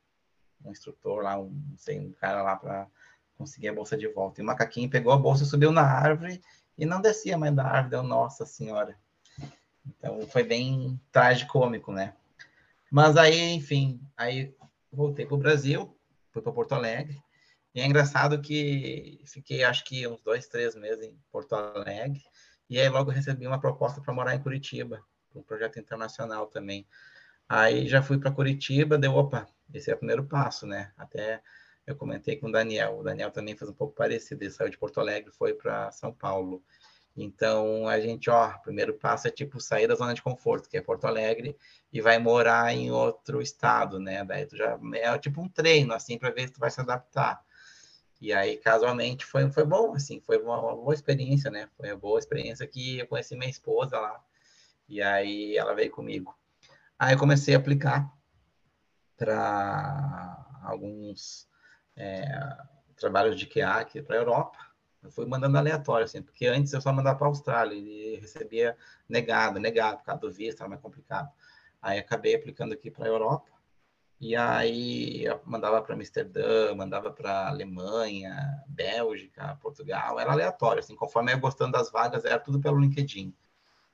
um instrutor, lá, um, não sei, um cara lá para conseguir a bolsa de volta. E o macaquinho pegou a bolsa, subiu na árvore e não descia mais da árvore. Deu, nossa senhora. Então foi bem tragicômico, né? Mas aí, enfim, aí voltei para o Brasil, fui para Porto Alegre. E é engraçado que fiquei, acho que uns dois, três meses em Porto Alegre. E aí logo recebi uma proposta para morar em Curitiba, para um projeto internacional também. Aí já fui para Curitiba, deu, opa, esse é o primeiro passo, né? Até eu comentei com o Daniel. O Daniel também fez um pouco parecido. Ele saiu de Porto Alegre, foi para São Paulo. Então, a gente, ó, o primeiro passo é tipo sair da zona de conforto, que é Porto Alegre, e vai morar em outro estado, né? Daí tu já é tipo um treino, assim, para ver se tu vai se adaptar. E aí, casualmente, foi, foi bom, assim, foi uma, uma boa experiência, né? Foi uma boa experiência que eu conheci minha esposa lá, e aí ela veio comigo. Aí eu comecei a aplicar para alguns é, trabalhos de Q A aqui para a Europa. Eu fui mandando aleatório, assim, porque antes eu só mandava para a Austrália e recebia negado, negado, por causa do visto, era mais complicado. Aí acabei aplicando aqui para a Europa, e aí eu mandava para Amsterdã, mandava para Alemanha, Bélgica, Portugal, era aleatório, assim, conforme eu ia gostando das vagas, era tudo pelo LinkedIn.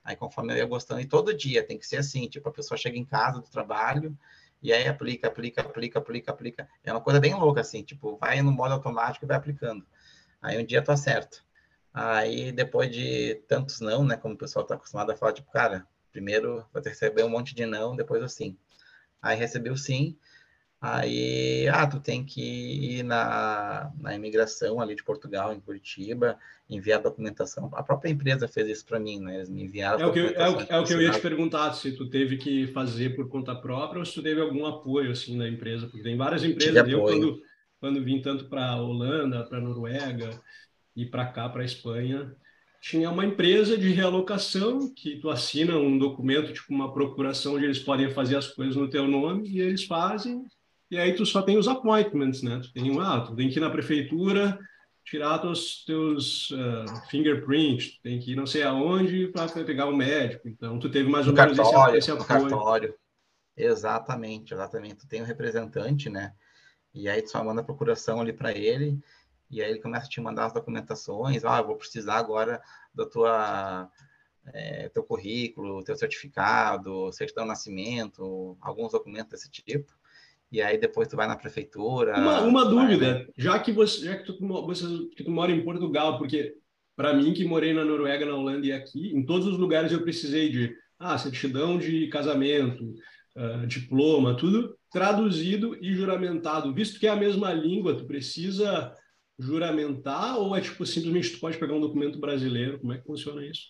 Aí, conforme eu ia gostando, e todo dia tem que ser assim, tipo, a pessoa chega em casa do trabalho, e aí aplica, aplica, aplica, aplica, aplica. É uma coisa bem louca, assim, tipo, vai no modo automático e vai aplicando. Aí um dia tu acerta. Aí, depois de tantos não, né, como o pessoal tá acostumado a falar, tipo, cara, primeiro vai receber um monte de não, depois o sim. Aí recebi o sim, aí, ah, tu tem que ir na, na imigração ali de Portugal, em Curitiba, enviar a documentação. A própria empresa fez isso para mim, né? Eles me enviaram
É
a
o que, eu- é o,
documentação
que-
que
é o que eu ia te
precisava.
perguntar, se tu teve que fazer por conta própria ou se tu teve algum apoio, assim, da empresa, porque tem várias
Tive
empresas, eu
apoio.
quando, quando vim tanto para a Holanda, para a Noruega e para cá, para a Espanha, tinha uma empresa de realocação que tu assina um documento, tipo uma procuração, onde eles podem fazer as coisas no teu nome, e eles fazem, e aí tu só tem os appointments, né? Tu tem, um, ah, tu tem que ir na prefeitura tirar teus, teus uh, fingerprints, tu tem que ir não sei aonde para pegar o médico. Então, tu teve mais
No
ou menos esse,
cartório,
esse
no
apoio.
cartório. Exatamente, exatamente. Tu tem um representante, né? E aí tu só manda a procuração ali para ele, e aí ele começa a te mandar as documentações. Ah, eu vou precisar agora da tua é, teu currículo, teu certificado, certidão de nascimento, alguns documentos desse tipo. E aí depois tu vai na
Uma,
prefeitura,
uma
vai, né?
dúvida, já que você, já que tu, você, que tu mora em Portugal, porque para mim que morei na Noruega, na Holanda e aqui, em todos os lugares eu precisei de ah, certidão de casamento, uh, diploma, tudo traduzido e juramentado. Visto que é a mesma língua, tu precisa juramentar ou é tipo simplesmente tu pode pegar um documento brasileiro? Como é que funciona isso?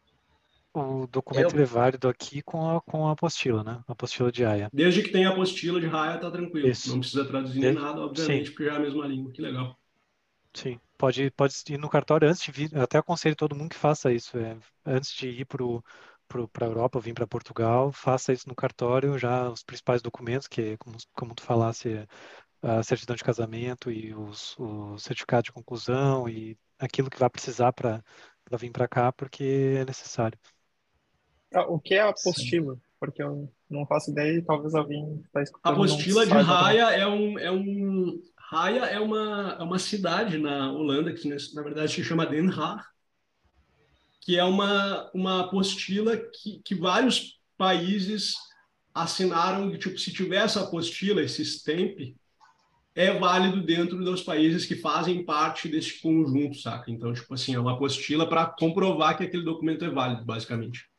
O documento ele é
Eu,
válido aqui com a, com a apostila, né? A apostila de Haia.
Desde que tenha apostila de raia, tá tranquilo. Não
Isso.
precisa traduzir nem
De-
nada,
Sim,
obviamente, porque já é a mesma língua. Que legal.
sim. Pode, pode ir no cartório antes de vir. Eu até aconselho todo mundo que faça isso. É, antes de ir para para a Europa, ou vir para Portugal, faça isso no cartório, já os principais documentos, que, como, como tu falasse, é a certidão de casamento e os, o certificado de conclusão e aquilo que vai precisar para para vir para cá, porque é necessário.
Ah, o que é
sim.
apostila? Porque eu não faço ideia e talvez alguém que está escutando não
Apostila de
saiba também.
Raia é um, é um... Raia é uma, é uma cidade na Holanda, que na verdade se chama Den Haag, que é uma, uma apostila que, que vários países assinaram, que, tipo, se tiver essa apostila, esse stamp, é válido dentro dos países que fazem parte desse conjunto, saca? Então, tipo assim, é uma apostila para comprovar que aquele documento é válido, basicamente.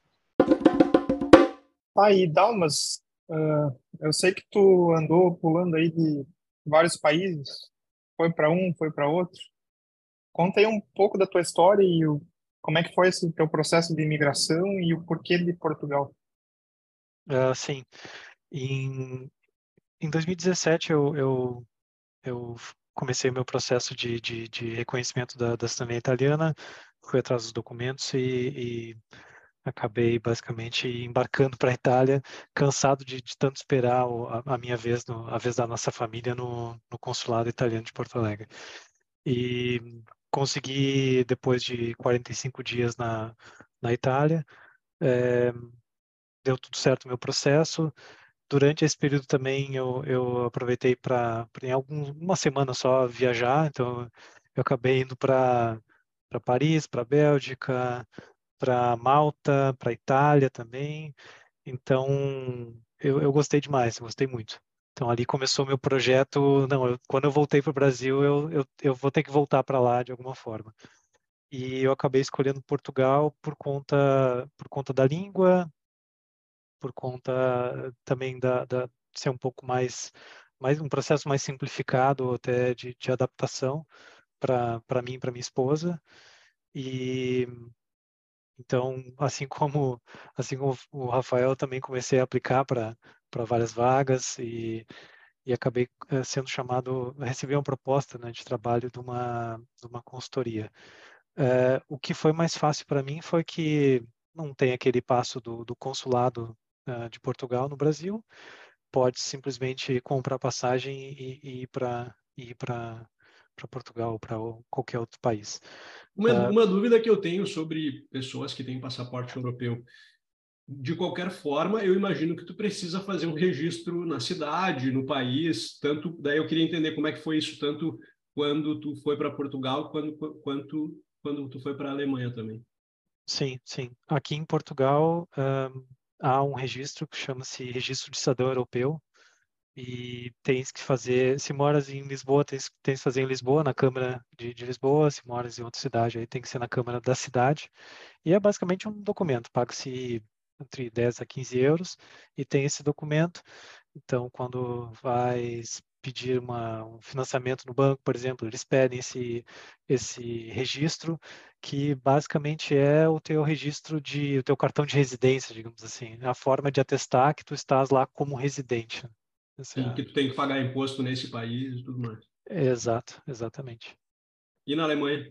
Tá aí, Dalmas, ah, eu sei que tu andou pulando aí de vários países, foi para um, foi para outro. Conta aí um pouco da tua história e o, como é que foi esse teu processo de imigração e o porquê de Portugal.
Ah, sim. Em, em dois mil e dezessete, eu, eu, eu comecei o meu processo de, de, de reconhecimento da, da cidadania italiana, fui atrás dos documentos e, e acabei basicamente embarcando para a Itália, cansado de, de tanto esperar o- a, a minha vez, no, a vez da nossa família no, no consulado italiano de Porto Alegre. E consegui, depois de quarenta e cinco dias na, na Itália, eh, deu tudo certo o meu processo. Durante esse período também eu, eu aproveitei para, em algum, uma semana só, viajar, então eu acabei indo para para Paris, para Bélgica, para Malta, para Itália também. Então eu, eu gostei demais, eu gostei muito. Então ali começou meu projeto. Não, eu- quando eu voltei para o Brasil, eu, eu, eu vou ter que voltar para lá de alguma forma. E eu acabei escolhendo Portugal por conta por conta da língua, por conta também da, da de ser um pouco mais, mais um processo mais simplificado até de, de adaptação para para mim e para minha esposa. E então, assim como assim como o Rafael, eu também comecei a aplicar para para várias vagas e, e acabei eh, sendo chamado, recebi uma proposta, né, de trabalho de uma de uma consultoria. Eh, o que foi mais fácil para mim foi que não tem aquele passo do, do consulado eh, de Portugal no Brasil, pode simplesmente comprar passagem e, e ir para ir para para Portugal ou para qualquer outro país.
Uma,
Ah,
uma dúvida que eu tenho sobre pessoas que têm passaporte europeu. De qualquer forma, eu imagino que tu precisa fazer um registro na cidade, no país, tanto, daí eu queria entender como é que foi isso, tanto quando tu foi para Portugal, quando, quanto quando tu foi para a Alemanha também.
Sim, sim. Aqui em Portugal, um, há um registro que chama-se Registro de Cidadão Europeu, e tens que fazer, se moras em Lisboa, tens, tens que fazer em Lisboa, na Câmara de, de Lisboa. Se moras em outra cidade, aí tem que ser na Câmara da cidade. E é basicamente um documento, paga-se entre dez a quinze euros e tem esse documento. Então, quando vais pedir uma, um financiamento no banco, por exemplo, eles pedem esse, esse registro, que basicamente é o teu registro de, o teu cartão de residência, digamos assim, a forma de atestar que tu estás lá como residente. Essa é
Sim,
a-
que tu tem que pagar imposto nesse país e tudo mais.
Exato, exatamente.
E na Alemanha?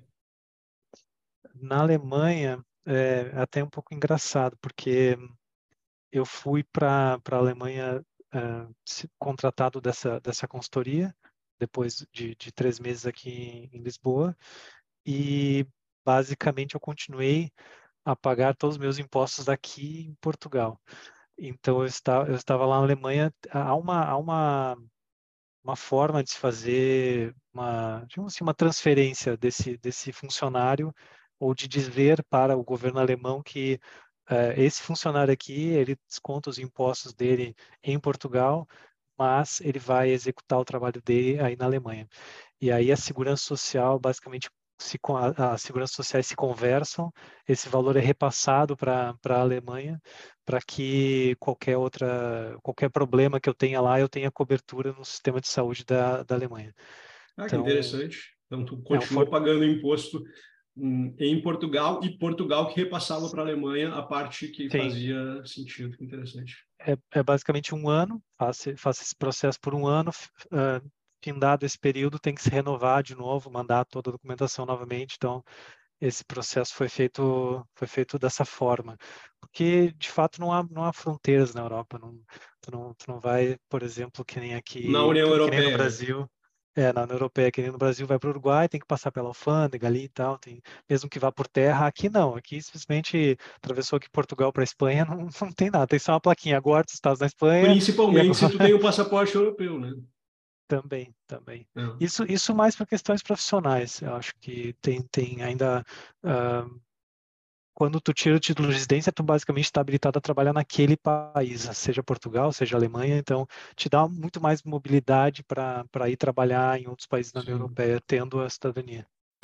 Na Alemanha, é até um pouco engraçado, porque eu fui para para a Alemanha, ah, se- contratado dessa dessa consultoria, depois de, de três meses aqui em, em Lisboa, e basicamente eu continuei a pagar todos os meus impostos aqui em Portugal. Então eu estava eu estava lá na Alemanha. Há uma há uma uma forma de se fazer uma, digamos assim, uma transferência desse, desse funcionário, ou de dizer para o governo alemão que eh, esse funcionário aqui, ele desconta os impostos dele em Portugal, mas ele vai executar o trabalho dele aí na Alemanha. E aí a segurança social, basicamente, se, con- a, a segurança sociais se conversam, esse valor é repassado para para a Alemanha, para que qualquer outra, qualquer problema que eu tenha lá, eu tenha cobertura no sistema de saúde da, da Alemanha.
Ah, que
Então,
interessante. Então, tu
é um, for-
continuou pagando imposto hum, em Portugal e Portugal que repassava para a Alemanha a parte que
sim,
fazia sentido. Que interessante.
é, é basicamente um ano, faça, faça esse processo por um ano, f- ah, findado esse período, tem que se renovar de novo, mandar toda a documentação novamente. Então, esse processo foi feito foi feito dessa forma, porque de fato não há não há fronteiras na Europa. Não, tu não tu não vai, por exemplo, que nem
Na
aqui,
União
que, que nem no
Europeia, né?
Brasil. É, na União Europeia, que nem no Brasil, vai para o Uruguai, tem que passar pela alfândega ali e tal, tem, mesmo que vá por terra. Aqui não, aqui simplesmente atravessou aqui Portugal para Espanha, não, não tem nada, tem só uma plaquinha, agora tu estás na Espanha e
Principalmente se
agora
tu tem o passaporte europeu, né?
também, também.
É.
Isso, isso mais para questões profissionais. Eu acho que tem, tem ainda, ah, quando tu tira o título de residência, tu basicamente está habilitado a trabalhar naquele país, seja Portugal, seja Alemanha. Então te dá muito mais mobilidade para para ir trabalhar em outros países da União
Sim.
Europeia, tendo a cidadania.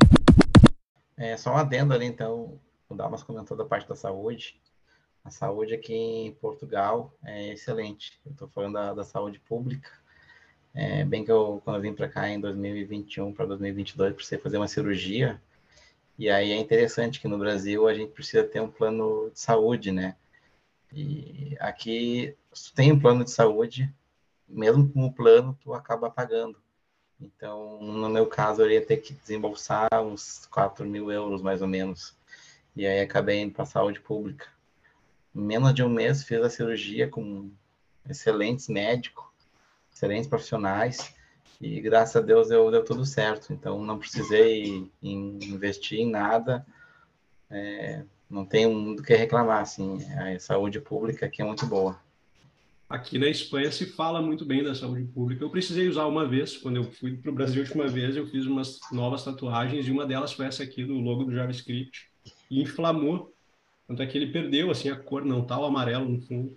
É, só um adendo ali, então, o Dalmas comentou da parte da saúde. A saúde aqui em Portugal é excelente. Eu estou falando da, da saúde pública. É, bem que eu, quando eu vim para cá em dois mil e vinte e um para dois mil e vinte e dois, precisei fazer uma cirurgia. E aí é interessante que no Brasil a gente precisa ter um plano de saúde, né? E aqui, se tu tem um plano de saúde, mesmo com o plano, tu acaba pagando. Então, no meu caso, eu ia ter que desembolsar uns quatro mil euros, mais ou menos. E aí acabei indo para a saúde pública. Em menos de um mês, fiz a cirurgia com excelentes médicos, excelentes profissionais. E graças a Deus deu, deu tudo certo. Então, não precisei investir em nada. É, não tenho do que reclamar, assim. A saúde pública aqui é muito boa.
Aqui na Espanha se fala muito bem da saúde pública. Eu precisei usar uma vez, quando eu fui para o Brasil a última vez, eu fiz umas novas tatuagens e uma delas foi essa aqui do logo do JavaScript e inflamou. Tanto é que ele perdeu assim a cor, não tá o amarelo no fundo.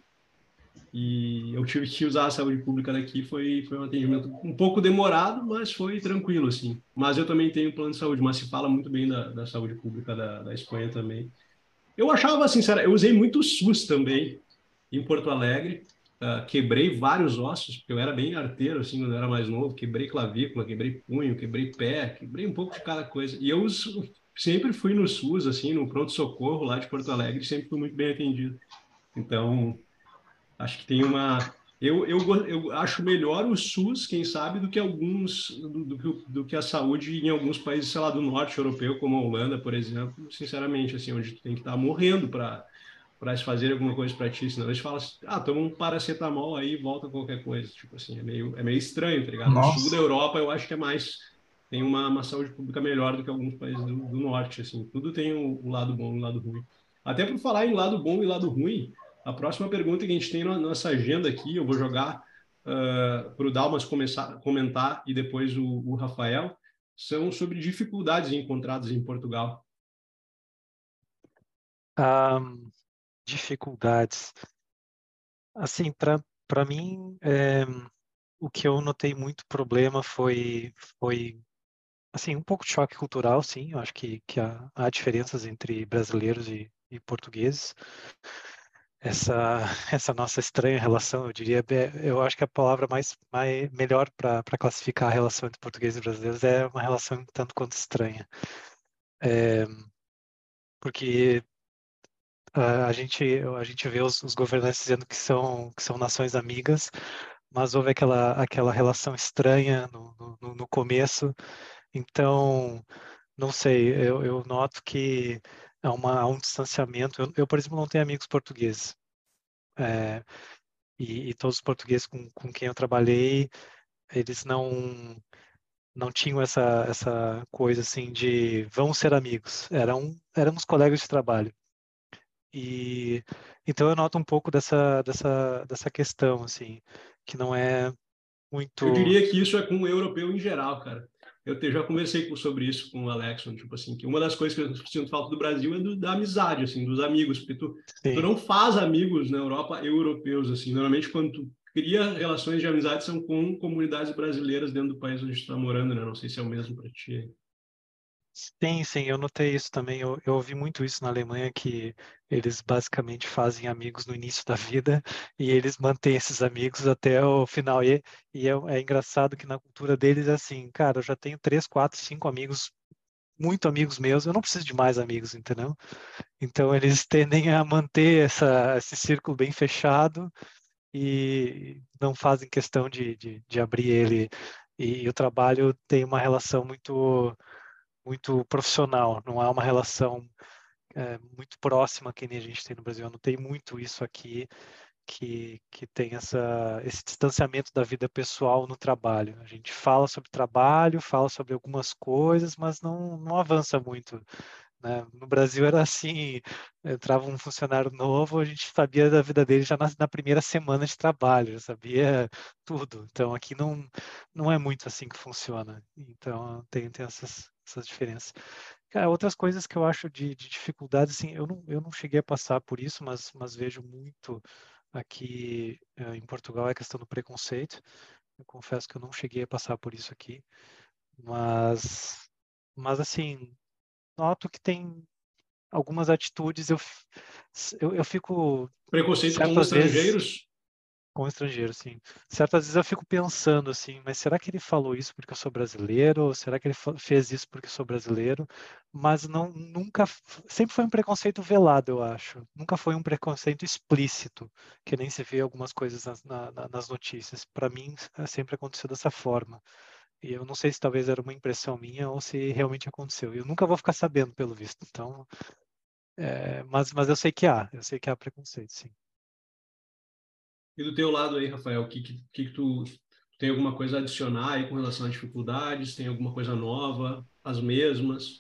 E eu tive que usar a saúde pública daqui. Foi, foi um atendimento um pouco demorado, mas foi tranquilo assim. Mas eu também tenho plano de saúde, mas se fala muito bem da, da saúde pública da, da Espanha também. Eu achava, sinceramente, eu usei muito SUS também em Porto Alegre. Uh, quebrei vários ossos, porque eu era bem arteiro, assim, quando eu era mais novo. Quebrei clavícula, quebrei punho, quebrei pé, quebrei um pouco de cada coisa. E eu uso- sempre fui no SUS, assim, no pronto-socorro lá de Porto Alegre, sempre fui muito bem atendido. Então, acho que tem uma. Eu, eu, go- eu acho melhor o SUS, quem sabe, do que alguns, do, do, que o- do que a saúde em alguns países, sei lá, do norte europeu, como a Holanda, por exemplo, sinceramente, assim, onde tu tem que estar morrendo para para eles fazerem alguma coisa para ti, senão eles falam assim, ah, toma um paracetamol aí e volta qualquer coisa. Tipo assim, é meio, é meio estranho, tá ligado? No sul da
Nossa,
Europa, eu acho que é mais, tem uma, uma saúde pública melhor do que alguns países do, do norte, assim. Tudo tem o, o lado bom e o lado ruim. Até por falar em lado bom e lado ruim, a próxima pergunta que a gente tem na nossa agenda aqui, eu vou jogar uh, para o Dalmas começar, comentar e depois o, o Rafael, são sobre dificuldades encontradas em Portugal.
Ah, dificuldades. Assim, para para mim, é, o que eu notei muito problema foi foi assim um pouco de choque cultural, sim. Eu acho que que há, há diferenças entre brasileiros e, e portugueses. Essa essa nossa estranha relação, eu diria, é- eu acho que a palavra mais, mais melhor para para classificar a relação entre portugueses e brasileiros é uma relação um tanto quanto estranha. É, porque a, a gente a gente vê os, os governantes dizendo que são que são nações amigas, mas houve aquela aquela relação estranha no, no, no começo. Então, não sei, eu, eu noto que há, uma, há um distanciamento. Eu, eu, por exemplo, não tenho amigos portugueses. É, e, e todos os portugueses com, com quem eu trabalhei, eles não não tinham essa essa coisa assim de vamos ser amigos. Eram éramos colegas de trabalho. E então eu noto um pouco dessa dessa dessa questão assim, que não é
Eu
muito.
diria que isso é com o europeu em geral, cara. Eu te, já conversei com, sobre isso com o Alexson, tipo assim, que uma das coisas que eu sinto falta do Brasil é do, da amizade, assim, dos amigos, porque tu, tu
Sim.
não faz amigos na Europa europeus, assim. Normalmente, quando tu cria relações de amizade, são com comunidades brasileiras dentro do país onde tu está morando, né? Não sei se é o mesmo para ti.
Sim, sim, eu notei isso também. Eu, eu ouvi muito isso na Alemanha, que eles basicamente fazem amigos no início da vida e eles mantêm esses amigos até o final. E, e é, é engraçado que na cultura deles é assim, cara, eu já tenho três, quatro, cinco amigos, muito amigos meus, eu não preciso de mais amigos, entendeu? Então eles tendem a manter essa, esse círculo bem fechado e não fazem questão de, de, de abrir ele. E, e o trabalho tem uma relação muito muito profissional, não há uma relação é, muito próxima que nem a gente tem no Brasil. Eu notei muito isso aqui, que, que tem essa, esse distanciamento da vida pessoal no trabalho. A gente fala sobre trabalho, fala sobre algumas coisas, mas não, não avança muito, né? No Brasil era assim, entrava um funcionário novo, a gente sabia da vida dele já na, na primeira semana de trabalho, já sabia tudo. Então aqui não, não é muito assim que funciona. Então tem, tem essas, essas diferenças. Cara, outras coisas que eu acho de, de dificuldade, assim, eu não, eu não cheguei a passar por isso, mas, mas vejo muito aqui eh, em Portugal é a questão do preconceito. Eu confesso que eu não cheguei a passar por isso aqui, mas, mas assim, noto que tem algumas atitudes, eu, f- eu, eu fico,
Preconceito com
certas vezes,
estrangeiros?
com estrangeiro, assim, certas vezes eu fico pensando assim, mas será que ele falou isso porque eu sou brasileiro? Ou será que ele fa- fez isso porque eu sou brasileiro? Mas não, nunca, f- sempre foi um preconceito velado, eu acho. Nunca foi um preconceito explícito, que nem se vê algumas coisas nas, na- na- nas notícias. Para mim, é sempre aconteceu dessa forma. E eu não sei se talvez era uma impressão minha ou se realmente aconteceu. E eu nunca vou ficar sabendo, pelo visto. Então, é, mas, mas eu sei que há, eu sei que há preconceito, sim.
E do teu lado aí, Rafael, o que, que, que tu tem alguma coisa a adicionar aí com relação às dificuldades? Tem alguma coisa nova? As mesmas?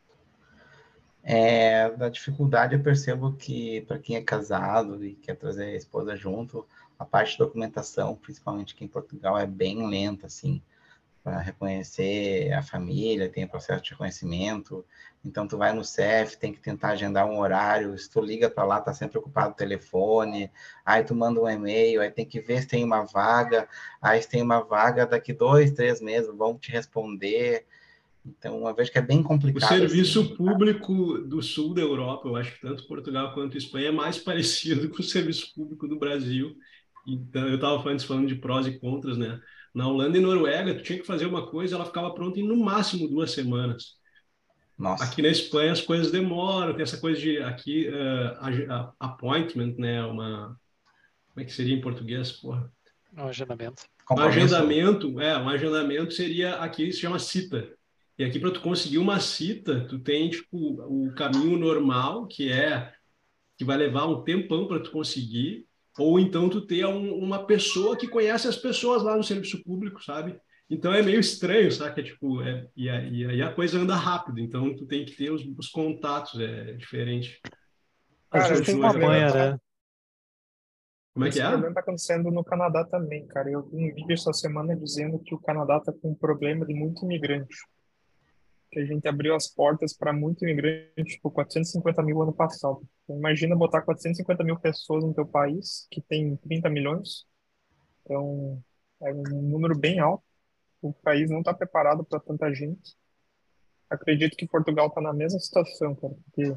É, da dificuldade eu percebo que para quem é casado e quer trazer a esposa junto, a parte de documentação, principalmente aqui em Portugal, é bem lenta, assim, para reconhecer a família, tem o processo de reconhecimento. Então, tu vai no C E F, tem que tentar agendar um horário. Se tu liga para lá, tá sempre ocupado o telefone. Aí tu manda um e-mail, aí tem que ver se tem uma vaga. Aí se tem uma vaga, daqui dois, três meses vão te responder. Então, uma vez que é bem
O
complicado
serviço
assim.
público do sul da Europa, eu acho que tanto Portugal quanto Espanha é mais parecido com o serviço público do Brasil. Então, eu estava falando, falando de prós e contras, né? Na Holanda e Noruega, tu tinha que fazer uma coisa, ela ficava pronta em no máximo duas semanas.
Nossa,
Aqui na Espanha as coisas demoram, tem essa coisa de aqui uh, appointment, né? Uma, como é que seria em português? Porra.
Um agendamento.
Um
compromisso.
agendamento, é, um agendamento seria aqui se chama cita. E aqui para tu conseguir uma cita, tu tem tipo o caminho normal, que é que vai levar um tempão para tu conseguir, ou então tu ter um, uma pessoa que conhece as pessoas lá no serviço público, sabe? Então é meio estranho, sabe? É, tipo, é, e, aí a coisa anda rápido, então tu tem que ter os, os contatos, é diferente.
Às
Mas
Cara,
vezes tem
esse
continua aí,
uma
problema
Rafael.
manha,
tá,
né?
Como é que
esse
é?
problema tá acontecendo no Canadá também, cara. Eu vi um vídeo essa semana dizendo que o Canadá tá com um problema de muito imigrante. que a gente abriu as portas para muito imigrante, tipo, quatrocentos e cinquenta mil ano passado. Então, imagina botar quatrocentos e cinquenta mil pessoas no teu país, que tem trinta milhões, então é um número bem alto. O país não está preparado para tanta gente. Acredito que Portugal está na mesma situação, cara, porque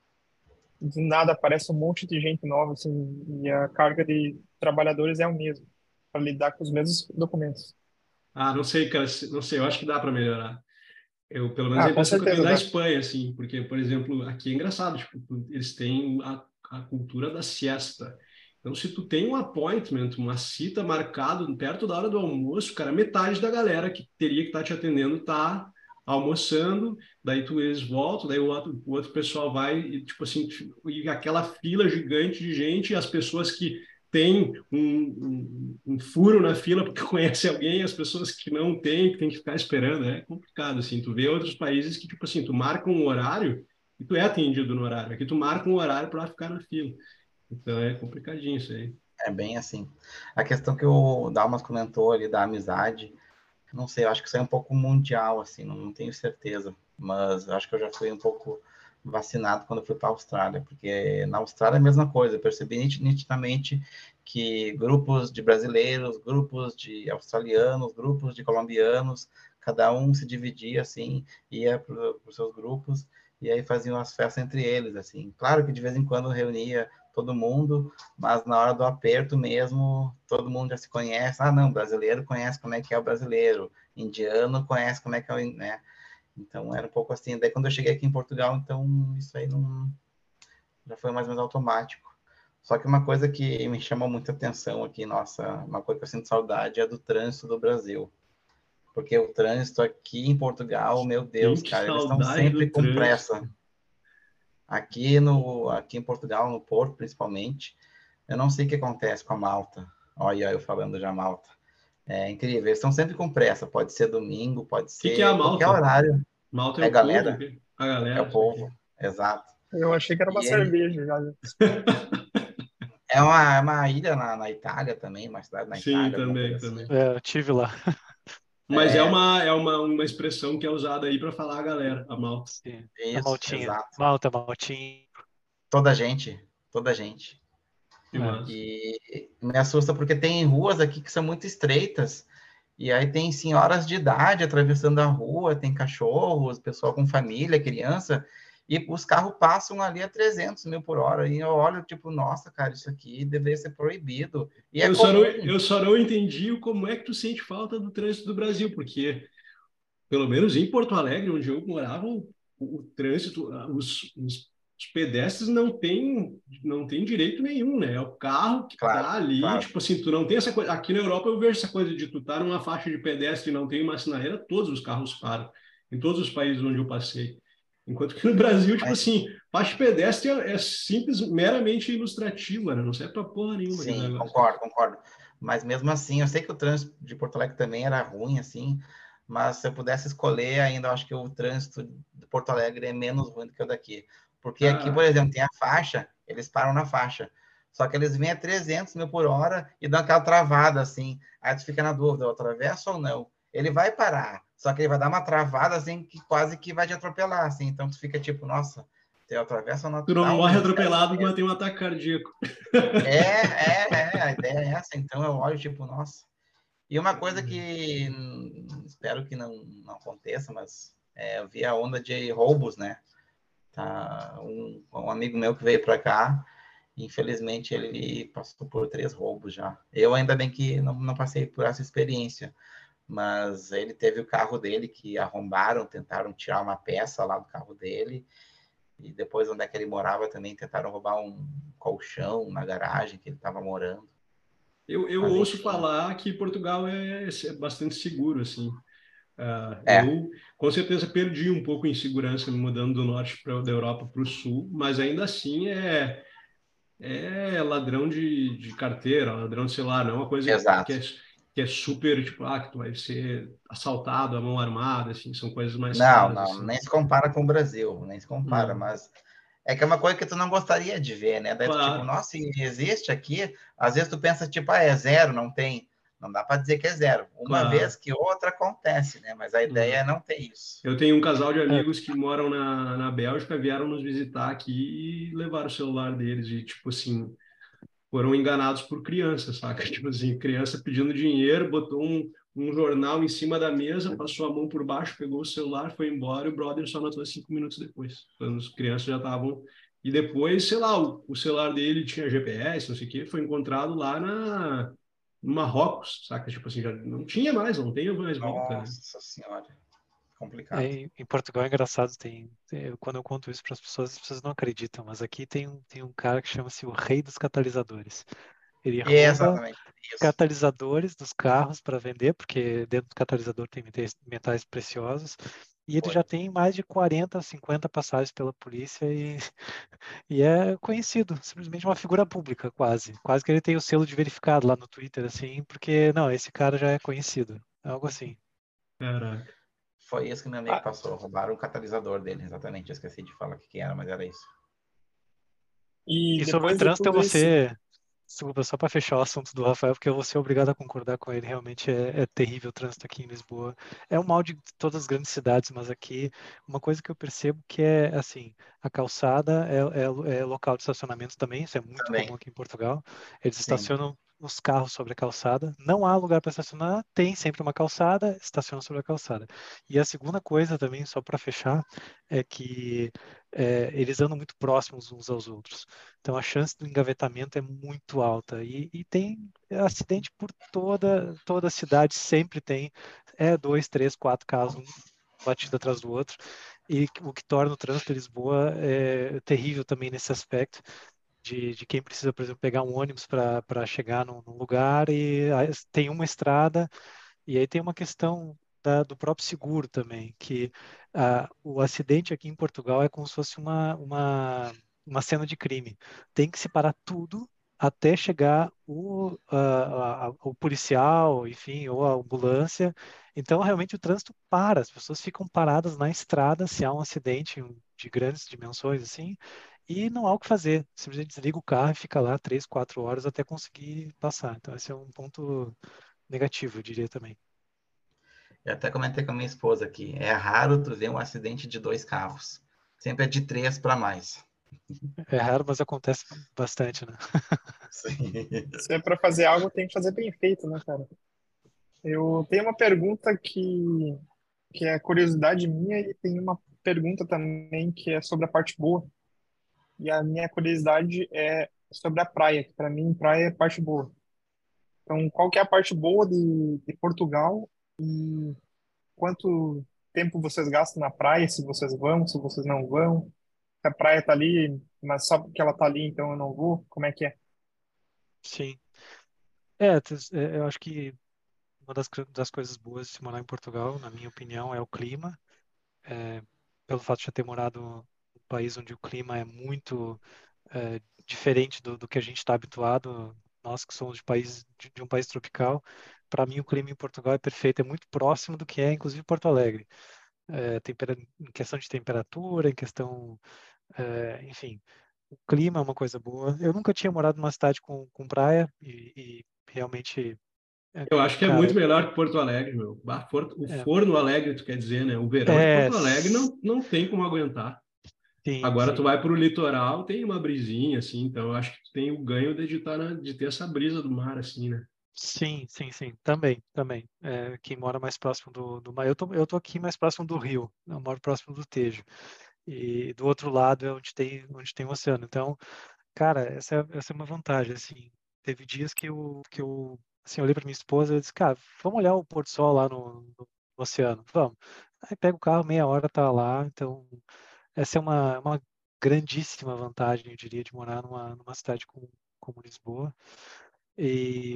de nada aparece um monte de gente nova, assim, e a carga de trabalhadores é a mesma, para lidar com os mesmos documentos.
Ah, não sei, cara, se- não sei, eu acho que dá para melhorar. Eu, pelo menos,
Ah,
a
com
impressão que eu tenho
certeza
da
dá.
Espanha, assim, porque, por exemplo, aqui é engraçado, tipo, tu- eles têm a, a cultura da siesta. Então, se tu tem um appointment, uma cita marcada perto da hora do almoço, cara, metade da galera que teria que estar te atendendo tá almoçando, daí tu eles voltam, daí o outro, o outro pessoal vai e, tipo assim, e aquela fila gigante de gente, as pessoas que têm um, um, um furo na fila porque conhece alguém, as pessoas que não têm, que tem que ficar esperando, é complicado, assim, tu vê outros países que, tipo assim, tu marca um horário e tu é atendido no horário, aqui tu marca um horário para ficar na fila, então é complicadinho isso aí.
É bem assim. A questão que o Dalmas comentou ali da amizade, não sei, eu acho que isso é um pouco mundial, assim, não, não tenho certeza, mas eu acho que eu já fui um pouco vacinado quando eu fui para a Austrália, porque na Austrália é a mesma coisa, eu percebi nitidamente que grupos de brasileiros, grupos de australianos, grupos de colombianos, cada um se dividia, assim, ia para os seus grupos, e aí faziam as festas entre eles, assim. Claro que de vez em quando reunia todo mundo, mas na hora do aperto mesmo, todo mundo já se conhece. Ah, não, brasileiro conhece como é que é o brasileiro, indiano conhece como é que é o, né? Então era um pouco assim. Daí quando eu cheguei aqui em Portugal, então isso aí não já foi mais ou menos automático. Só que uma coisa que me chamou muita atenção aqui, nossa, uma coisa que eu sinto saudade é do trânsito do Brasil. Porque o trânsito aqui em Portugal, meu
Sim,
Deus,
que
cara, eles estão
saudade
sempre
do
com
trânsito.
pressa. Aqui, no, aqui em Portugal, no Porto, principalmente, eu não sei o que acontece com a Malta. Olha, eu falando já Malta. É incrível, eles estão sempre com pressa. Pode ser domingo, pode
O que que é a
ser qualquer
Malta?
horário.
Malta é
É
o povo, o
galera,
quê? A
é
galera,
o
isso aqui.
povo, exato.
Eu achei que era uma
E ele
cerveja já.
é uma, é uma ilha na, na Itália também, uma cidade na
Sim,
Itália, alguma coisa
também,
assim.
também.
É, eu tive lá.
Mas é
É,
uma, é uma, uma expressão que é usada aí para falar a galera, a Malta.
Sim, a
isso,
Maltinha.
exato.
Malta, Maltinha.
Toda gente, toda gente.
Que
É.
massa.
E me assusta porque tem ruas aqui que são muito estreitas. E aí tem senhoras de idade atravessando a rua, tem cachorros, pessoal com família, criança, e os carros passam ali a trezentos mil por hora. E eu olho, tipo, nossa, cara, isso aqui deveria ser proibido. E é
Eu só não,
comum.
eu só não entendi como é que tu sente falta do trânsito do Brasil, porque, pelo menos em Porto Alegre, onde eu morava, o, o trânsito, os, os, os pedestres não têm não têm direito nenhum, né? É o carro que
Claro,
tá ali,
claro.
tipo assim, tu não tem essa coisa. Aqui na Europa eu vejo essa coisa de tu estar tá numa faixa de pedestre e não tem uma sinaleira, todos os carros param, em todos os países onde eu passei. Enquanto que no Brasil, tipo
Mas,
assim, faixa de pedestre é, é simples, meramente ilustrativa, né? Não serve pra porra nenhuma aquele
sim,
negócio.
concordo, concordo. Mas mesmo assim, eu sei que o trânsito de Porto Alegre também era ruim, assim, mas se eu pudesse escolher, ainda eu acho que o trânsito de Porto Alegre é menos ruim do que o daqui. Porque aqui, por
Ah,
exemplo, tem a faixa, eles param na faixa. Só que eles vêm a trezentos mil por hora e dão aquela travada, assim. Aí tu fica na dúvida, eu atravesso ou não? Ele vai parar, só que ele vai dar uma travada, assim, que quase que vai te atropelar, assim. Então tu fica tipo, nossa, eu atravesso ou não?
tu
Tu
não
dá
morre
um
atropelado, mas tem um ataque cardíaco.
é, é, é, a ideia é essa, então eu olho tipo, nossa. E uma coisa que hum, espero que não, não aconteça, mas é, eu vi a onda de roubos, né? Tá, um, um amigo meu que veio para cá, infelizmente ele passou por três roubos já. Eu ainda bem que não, não passei por essa experiência, mas ele teve o carro dele que arrombaram, tentaram tirar uma peça lá do carro dele, e depois onde é que ele morava também tentaram roubar um colchão na garagem que ele estava morando.
Eu, eu
Mas
ouço
enfim,
falar que Portugal é, é bastante seguro, assim. Uh,
é,
eu, com certeza, perdi um pouco em segurança me mudando do norte pra, da Europa para o sul, mas ainda assim é, é ladrão de, de carteira, ladrão de celular, não é uma coisa que
exato.
é, que é super, tipo, ah, que tu vai ser assaltado à mão armada, assim, são coisas mais
Não,
raras,
não,
assim.
nem se compara com o Brasil, nem se compara,
Não,
mas é que é uma coisa que tu não gostaria de ver, né? Daí tu, tipo,
claro,
nossa, existe aqui, às vezes tu pensa, tipo, ah, é zero, não tem. Não dá para dizer que é zero. Uma
Claro.
vez que outra acontece, né? Mas a ideia é não ter isso.
Eu tenho um casal de
É,
amigos que moram na, na Bélgica, vieram nos visitar aqui e levaram o celular deles e, tipo assim, foram enganados por criança, saca? Tipo assim, criança pedindo dinheiro, botou um, um jornal em cima da mesa, passou a mão por baixo, pegou o celular, foi embora e o brother só notou cinco minutos depois. Quando as crianças já estavam... E depois, sei lá, o, o celular dele tinha G P S, não sei o quê, foi encontrado lá na... no Marrocos, saca? Tipo assim, já não tinha mais, não tem mais volta, né?
Nossa Senhora. Complicado.
é, em em Portugal é engraçado, tem, tem- quando eu conto isso para as pessoas, as pessoas não acreditam, mas aqui tem um, tem um cara que chama-se o Rei dos Catalisadores. Ele rouba
Exatamente. Isso.
catalisadores dos carros para vender, porque dentro do catalisador tem metais, metais preciosos, e ele
Foi.
já tem mais de quarenta, cinquenta passagens pela polícia e, e é conhecido, simplesmente uma figura pública, quase. Quase que ele tem o selo de verificado lá no Twitter, assim, porque, não, esse cara já é conhecido. Algo assim.
Caraca.
Foi isso que meu amigo
Ah,
passou. Roubaram o catalisador dele, exatamente. Eu esqueci de falar o que que era, mas era isso.
e
E sobre
depois de
trânsito, eu
tudo
vou
isso,
ser, desculpa, só para fechar o assunto do Rafael, porque eu vou ser obrigado a concordar com ele. Realmente é, é terrível o trânsito aqui em Lisboa. É um mal de todas as grandes cidades, mas aqui uma coisa que eu percebo que é assim, a calçada é, é, é local de estacionamento também. Isso é muito
Também.
comum aqui em Portugal. Eles
Sim.
estacionam os carros sobre a calçada. Não há lugar para estacionar, tem sempre uma calçada, estaciona sobre a calçada. E a segunda coisa também, só para fechar, é que é, eles andam muito próximos uns aos outros. Então a chance do engavetamento é muito alta e, e tem acidente por toda toda a cidade, sempre tem é dois, três, quatro carros um batido atrás do outro, e o que torna o trânsito de Lisboa é terrível também nesse aspecto de, de quem precisa, por exemplo, pegar um ônibus para para chegar num, num lugar e aí tem uma estrada e aí tem uma questão da- do próprio seguro também, que ah, o acidente aqui em Portugal é como se fosse uma, uma, uma cena de crime. Tem que separar tudo até chegar o, ah, a- a- o policial, enfim, ou a ambulância. Então, realmente, o trânsito para, as pessoas ficam paradas na estrada se há um acidente de grandes dimensões, assim, e não há o que fazer. Simplesmente desliga o carro e fica lá três, quatro horas até conseguir passar. Então, esse é um ponto negativo, eu diria também.
Eu até comentei com a minha esposa aqui. É raro tu ver um acidente de dois carros. Sempre é de três para mais.
É raro, mas acontece bastante, né?
Sim.
se é para fazer algo, tem que fazer bem feito, né, cara? Eu tenho uma pergunta que, que é curiosidade minha e tem uma pergunta também que é sobre a parte boa. E a minha curiosidade é sobre a praia, que para mim praia é parte boa. Então, qual que é a parte boa de, de Portugal e quanto tempo vocês gastam na praia, se vocês vão, se vocês não vão? Se a praia tá ali, mas só porque ela tá ali, então eu não vou? Como é que é?
Sim. É, tes- é, eu acho que uma das, co- das coisas boas de se morar em Portugal, na minha opinião, é o clima. É, pelo fato de já ter morado num país onde o clima é muito é, diferente do, do que a gente está habituado, nós que somos de, país, de, de um país tropical, para mim o clima em Portugal é perfeito, é muito próximo do que é, inclusive, Porto Alegre. É, tempera- em questão de temperatura, em questão, é, enfim, o clima é uma coisa boa. Eu nunca tinha morado numa cidade com, com praia e, e realmente, é,
Eu acho que é muito
cara,
melhor que Porto Alegre, meu. Bah, For- O
é,
forno Alegre, tu quer dizer, né? O verão de
é,
Porto Alegre não, não tem como aguentar.
sim,
Agora tu
sim,
vai para o litoral, tem uma brisinha, assim, então eu acho que tu tem o ganho de, estar na- de ter essa brisa do mar, assim, né?
sim, sim, sim, também, também. É, quem mora mais próximo do, do mar, eu tô, eu tô aqui mais próximo do rio, eu moro próximo do Tejo, e do outro lado é onde tem, onde tem o oceano. Então, cara, essa, é- essa é uma vantagem, assim. Teve dias que eu, que eu, assim, eu olhei para minha esposa e disse, cara, vamos olhar o pôr do sol lá no, no oceano, vamos. Aí pega o carro, meia hora tá lá, então essa é uma, uma grandíssima vantagem, eu diria, de morar numa, numa cidade como, como Lisboa. E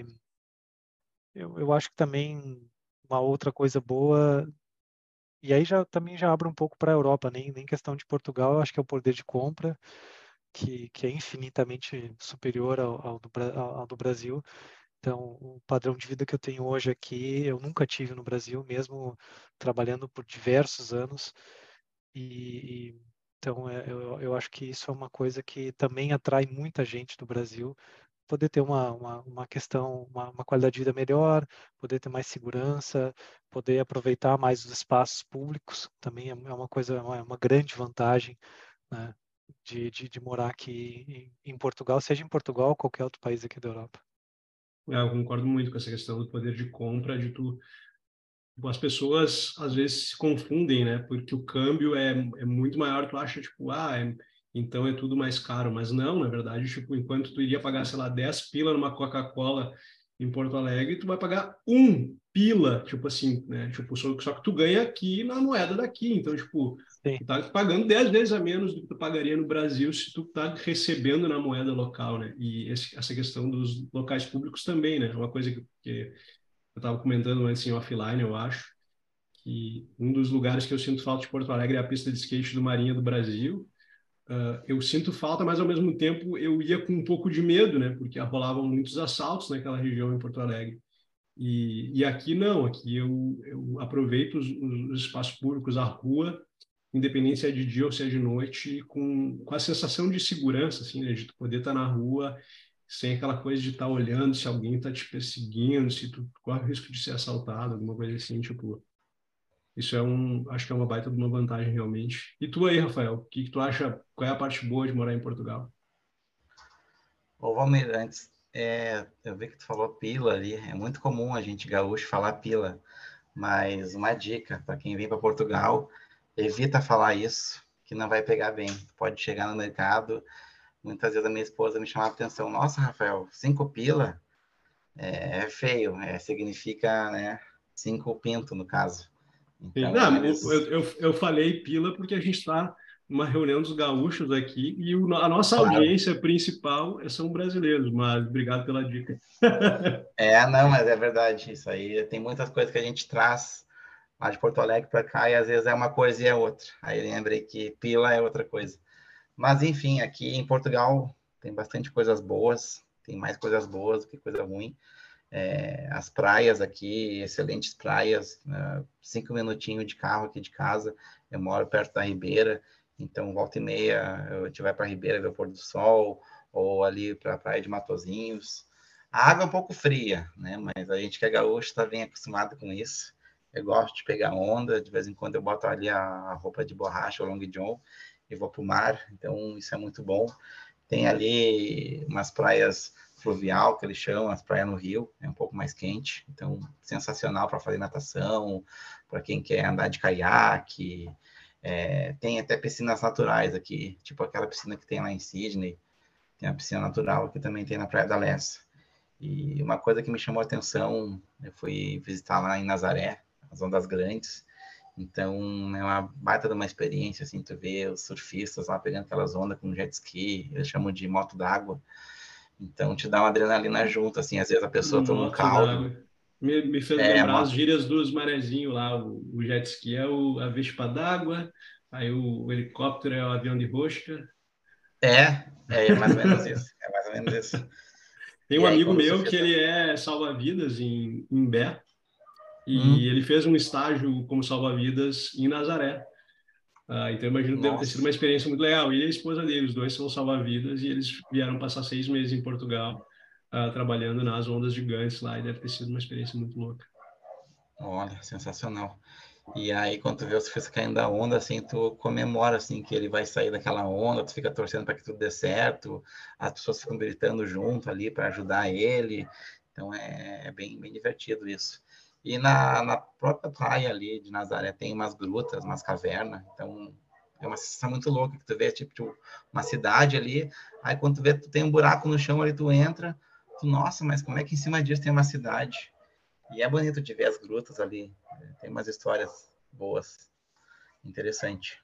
eu, eu acho que também uma outra coisa boa, e aí já também já abre um pouco para a Europa, nem, nem questão de Portugal, eu acho que é o poder de compra, que, que é infinitamente superior ao, ao, do, Bra- ao ao do Brasil. Então, o padrão de vida que eu tenho hoje aqui, eu nunca tive no Brasil, mesmo trabalhando por diversos anos. E, e- então, é, eu, eu acho que isso é uma coisa que também atrai muita gente do Brasil, poder ter uma, uma, uma questão, uma, uma qualidade de vida melhor, poder ter mais segurança, poder aproveitar mais os espaços públicos, também é é uma coisa, é uma, uma grande vantagem, né, de, de, de morar aqui em, em Portugal, seja em Portugal ou qualquer outro país aqui da Europa.
É, eu concordo muito com essa questão do poder de compra, de tu as pessoas às vezes se confundem, né? Porque o câmbio é, é muito maior, tu acha, tipo, ah, é, então é tudo mais caro. Mas não, na verdade, tipo, enquanto tu iria pagar, sei lá, dez pila numa Coca-Cola em Porto Alegre, tu vai pagar um pila, tipo assim, né? Tipo, só, só que tu ganha aqui na moeda daqui. Então, tipo,
Sim.
tu tá pagando dez vezes a menos do que tu pagaria no Brasil se tu tá recebendo na moeda local, né? E esse, essa questão dos locais públicos também, né? É uma coisa que, que eu estava comentando antes em offline, eu acho, que um dos lugares que eu sinto falta de Porto Alegre é a pista de skate do Marinha do Brasil. Uh, eu sinto falta, mas ao mesmo tempo eu ia com um pouco de medo, né? Porque rolavam muitos assaltos naquela região em Porto Alegre. E, e aqui não, aqui eu, eu aproveito os, os espaços públicos, a rua, independente se é de dia ou se é de noite, com, com a sensação de segurança, assim, né? De tu poder estar na rua sem aquela coisa de estar olhando se alguém está te perseguindo, se tu corre o risco de ser assaltado, alguma coisa assim, tipo, isso é um, acho que é uma baita de uma vantagem realmente. E tu aí, Rafael, o que que tu acha, qual é a parte boa de morar em Portugal?
Ô, Valmir, antes, é, eu vi que tu falou pila ali, é muito comum a gente gaúcho falar pila, mas uma dica para quem vem para Portugal, evita falar isso, que não vai pegar bem. Pode chegar no mercado, muitas vezes a minha esposa me chama a atenção, nossa, Rafael, cinco pila? É feio, é, significa, né, cinco pinto no caso.
Sim.
Então,
Não,
eles...
eu, eu, eu falei pila porque a gente está numa reunião dos gaúchos aqui e o, a nossa
Claro.
audiência principal são brasileiros, mas obrigado pela dica.
É, não, mas é verdade, isso aí. Tem muitas coisas que a gente traz lá de Porto Alegre para cá e às vezes é uma coisa e é outra. Aí lembrei que pila é outra coisa. Mas, enfim, aqui em Portugal tem bastante coisas boas, tem mais coisas boas do que coisa ruim. É, as praias aqui, excelentes praias, né? Cinco minutinhos de carro aqui de casa. Eu moro perto da Ribeira, então volta e meia eu te vai para a Ribeira ver o pôr do sol, ou ali para a praia de Matozinhos. A água é um pouco fria, né? Mas a gente que é gaúcho está bem acostumado com isso. Eu gosto de pegar onda, de vez em quando eu boto ali a roupa de borracha, o long john, e vou para o mar, então isso é muito bom. Tem ali umas praias fluvial, que eles chamam, as praias no Rio, é um pouco mais quente, então sensacional para fazer natação, para quem quer andar de caiaque. É, tem até piscinas naturais aqui, tipo aquela piscina que tem lá em Sydney, tem a piscina natural que também tem na Praia da Lessa. E uma coisa que me chamou a atenção, eu fui visitar lá em Nazaré, as ondas grandes, então é uma baita de uma experiência, assim, tu vê os surfistas lá pegando aquelas ondas com jet ski, eles chamam de moto d'água, então te dá uma adrenalina junto, assim, às vezes a pessoa toma um
Moto
caldo.
d'água. Me, me fez
É,
lembrar as
moto.
gírias dos marezinhos lá. O, o jet ski é o, a vespa d'água, aí o, o helicóptero é o avião de rosca.
É, é mais ou menos isso, é mais ou menos isso.
Tem um
E aí
amigo
quando o
meu que
surfista...
ele é salva-vidas em, em Bé, e
Hum,
ele fez um estágio como salva-vidas em Nazaré. Ah, então, eu imagino que deve ter sido
nossa,
uma experiência muito legal. Ele e a esposa dele, os dois são salva-vidas, e eles vieram passar seis meses em Portugal, ah, trabalhando nas ondas gigantes lá, e deve ter sido uma experiência muito louca.
olha, sensacional. E aí, quando tu vê o surfista caindo da onda, assim, tu comemora, assim, que ele vai sair daquela onda, tu fica torcendo para que tudo dê certo, as pessoas ficam gritando junto ali para ajudar ele, então é, é bem, bem divertido isso. E na, na própria praia ali de Nazaré tem umas grutas, umas cavernas, então é uma sensação muito louca, que tu vê, tipo, uma cidade ali, aí quando tu vê, tu tem um buraco no chão ali, tu entra, tu, nossa, mas como é que em cima disso tem uma cidade? E é bonito de ver as grutas ali. Tem umas histórias boas. Interessante.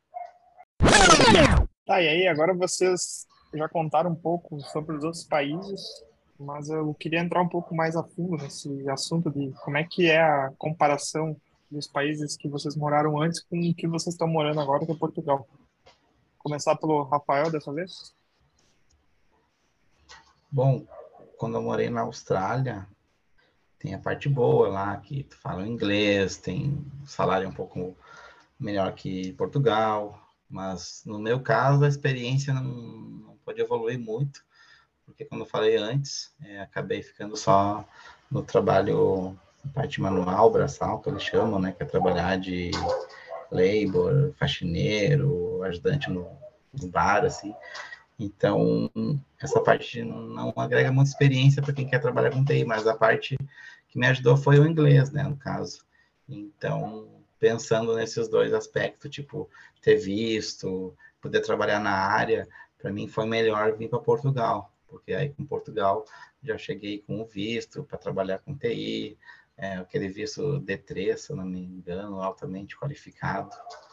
Tá, e aí, agora vocês já contaram um pouco sobre os outros países, mas eu queria entrar um pouco mais a fundo nesse assunto de como é que é a comparação dos países que vocês moraram antes com o que vocês estão morando agora, que é Portugal. Começar pelo Rafael dessa vez?
Bom, quando eu morei na Austrália, tem a parte boa lá, que tu fala inglês, tem salário um pouco melhor que Portugal, mas no meu caso a experiência não, não pode evoluir muito, porque como eu falei antes, é, acabei ficando só no trabalho, parte manual, braçal, que eles chamam, né, que é trabalhar de labor, faxineiro, ajudante no, no bar, assim. Então, essa parte não agrega muita experiência para quem quer trabalhar com T I, mas a parte que me ajudou foi o inglês, né, no caso. Então, pensando nesses dois aspectos, tipo, ter visto, poder trabalhar na área, para mim foi melhor vir para Portugal, porque aí com Portugal já cheguei com o visto para trabalhar com T I, é, aquele visto D três, se eu não me engano, altamente qualificado.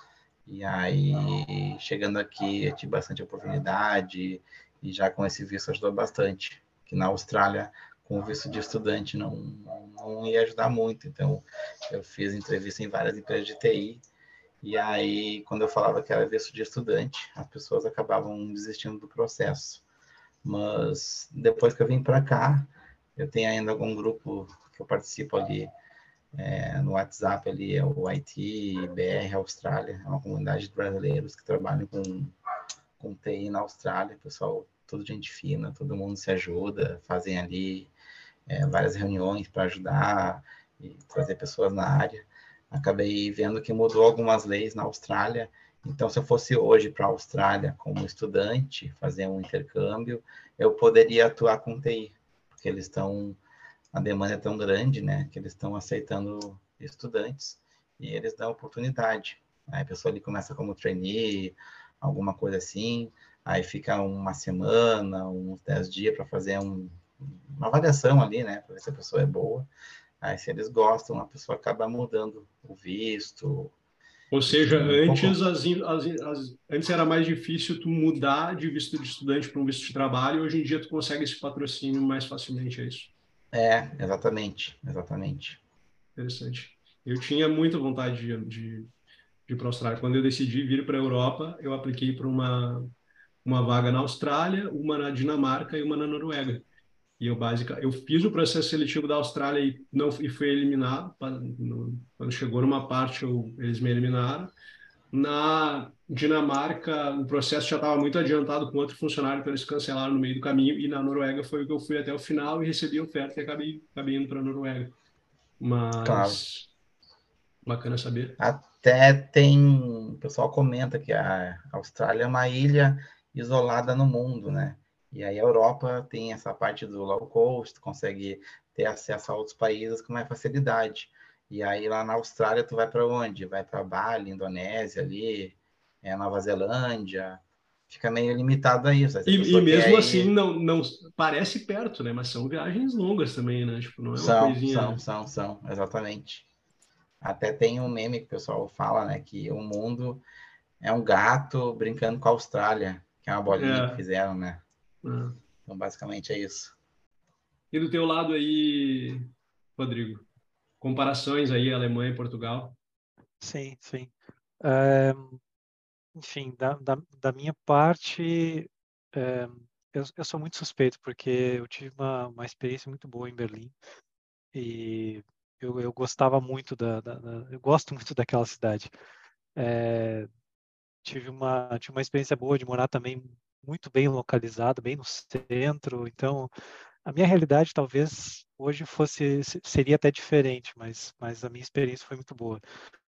E aí, chegando aqui, eu tive bastante oportunidade e já com esse visto ajudou bastante. Que na Austrália, com o visto de estudante, não, não ia ajudar muito. Então, eu fiz entrevista em várias empresas de T I. E aí, quando eu falava que era visto de estudante, as pessoas acabavam desistindo do processo. Mas depois que eu vim para cá, eu tenho ainda algum grupo que eu participo ali é, no WhatsApp ali, é o I T B R Austrália, é uma comunidade de brasileiros que trabalham com, com T I na Austrália, pessoal, tudo gente fina, todo mundo se ajuda, fazem ali é, várias reuniões para ajudar e trazer pessoas na área. Acabei vendo que mudou algumas leis na Austrália, então se eu fosse hoje para a Austrália como estudante, fazer um intercâmbio, eu poderia atuar com T I, porque eles estão a demanda é tão grande, né, que eles estão aceitando estudantes e eles dão oportunidade. Aí a pessoa ali começa como trainee, alguma coisa assim, aí fica uma semana, uns dez dias para fazer um, uma avaliação ali, né, para ver se a pessoa é boa. Aí se eles gostam, a pessoa acaba mudando o visto.
Ou
Isso
seja,
um pouco...
antes, as, as, as, antes era mais difícil tu mudar de visto de estudante para um visto de trabalho, hoje em dia tu consegue esse patrocínio mais facilmente, é isso?
É, exatamente, exatamente.
Interessante. Eu tinha muita vontade de, de, de ir para a Austrália. Quando eu decidi vir para a Europa, eu apliquei para uma, uma vaga na Austrália, uma na Dinamarca e uma na Noruega. E eu, básica, eu fiz o processo seletivo da Austrália e, não, e fui eliminado. Quando chegou numa parte, eu, eles me eliminaram. Na Dinamarca, o processo já estava muito adiantado com outro funcionário, então eles cancelaram no meio do caminho. E na Noruega foi o que eu fui até o final e recebi a oferta e acabei, acabei indo para a Noruega.
Claro.
Mas bacana saber.
Até tem, o pessoal comenta que a Austrália é uma ilha isolada no mundo, né? E aí a Europa tem essa parte do low cost, consegue ter acesso a outros países com mais facilidade. E aí lá na Austrália tu vai para onde? Vai para Bali, Indonésia ali, é, Nova Zelândia. Fica meio limitado a isso. Aí, se a
E, e
pessoa quer
mesmo assim,
ir...
não, não parece perto, né? Mas são viagens longas também, né? Tipo, não é uma
São, são,
coisinha.
são, são, exatamente. Até tem um meme que o pessoal fala, né? Que o mundo é um gato brincando com a Austrália, que é uma bolinha que
É,
fizeram, né?
é.
Então, basicamente é isso.
E do teu lado aí, Rodrigo, comparações aí, Alemanha e Portugal.
Sim, sim. É, enfim, da, da, da minha parte, é, eu, eu sou muito suspeito, porque eu tive uma, uma experiência muito boa em Berlim e eu, eu gostava muito da, da, da- eu gosto muito daquela cidade. É, tive uma, tive uma experiência boa de morar também muito bem localizado, bem no centro, então a minha realidade talvez hoje fosse, se- seria até diferente, mas, mas a minha experiência foi muito boa.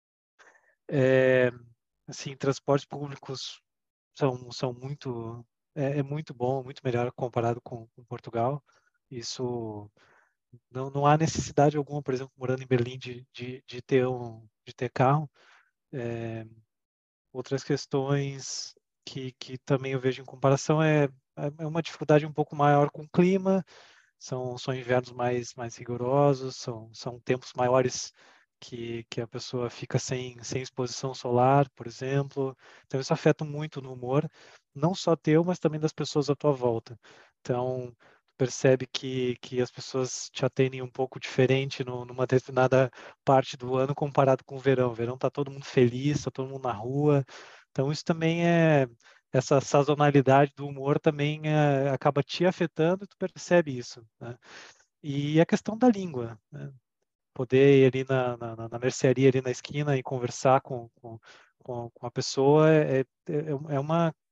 É, assim, transportes públicos são, são muito, é, é muito bom, muito melhor comparado com, com Portugal. Isso não, não há necessidade alguma, por exemplo, morando em Berlim, de, de, de ter um, de ter carro. É, outras questões que, que também eu vejo em comparação é, é uma dificuldade um pouco maior com o clima, são, são invernos mais, mais rigorosos, são, são tempos maiores que, que a pessoa fica sem, sem exposição solar, por exemplo. Então, isso afeta muito no humor, não só teu, mas também das pessoas à tua volta. Então, tu percebe que, que as pessoas te atendem um pouco diferente no, numa determinada parte do ano comparado com o verão. O verão está todo mundo feliz, está todo mundo na rua. Então, isso também é essa sazonalidade do humor também é, acaba te afetando e tu percebe isso, né? E a questão da língua, né? Poder ir ali na, na, na mercearia, ali na esquina e conversar com, com, com com a pessoa é, é, é uma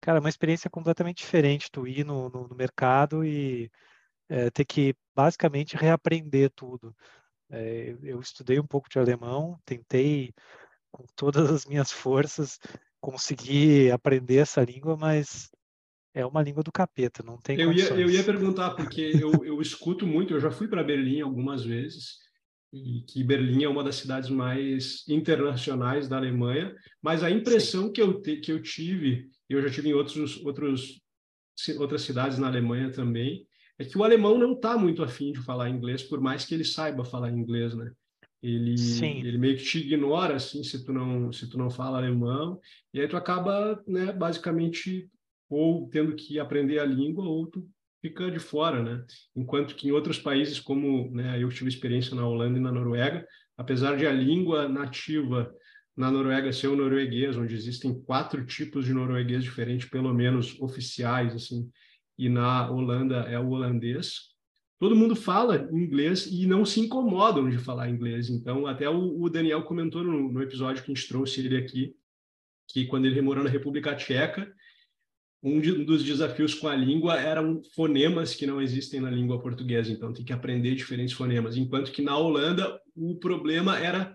cara, é uma experiência completamente diferente tu ir no, no, no mercado e é, ter que basicamente reaprender tudo. É, eu, eu estudei um pouco de alemão, tentei com todas as minhas forças conseguir aprender essa língua, mas é uma língua do capeta, não tem
Eu ia, eu ia
condições.
perguntar, porque eu, eu escuto muito, eu já fui para Berlim algumas vezes, e que Berlim é uma das cidades mais internacionais da Alemanha, mas a
Sim,
impressão que eu, te, que eu tive, eu já tive em outros, outros, ci- outras cidades na Alemanha também, é que o alemão não está muito afim de falar inglês, por mais que ele saiba falar inglês, né? Ele,
sim,
ele meio que te ignora, assim, se tu não, se tu não fala alemão, e aí tu acaba, né, basicamente ou tendo que aprender a língua, ou tu fica de fora, né? Enquanto que em outros países, como, né, eu tive experiência na Holanda e na Noruega, apesar de a língua nativa na Noruega ser o norueguês, onde existem quatro tipos de norueguês diferentes, pelo menos oficiais, assim, e na Holanda é o holandês. Todo mundo fala inglês e não se incomodam de falar inglês. Então, até o, o Daniel comentou no, no episódio que a gente trouxe ele aqui, que quando ele morou na República Tcheca, um, de, um dos desafios com a língua eram fonemas que não existem na língua portuguesa, então tem que aprender diferentes fonemas. Enquanto que na Holanda o problema era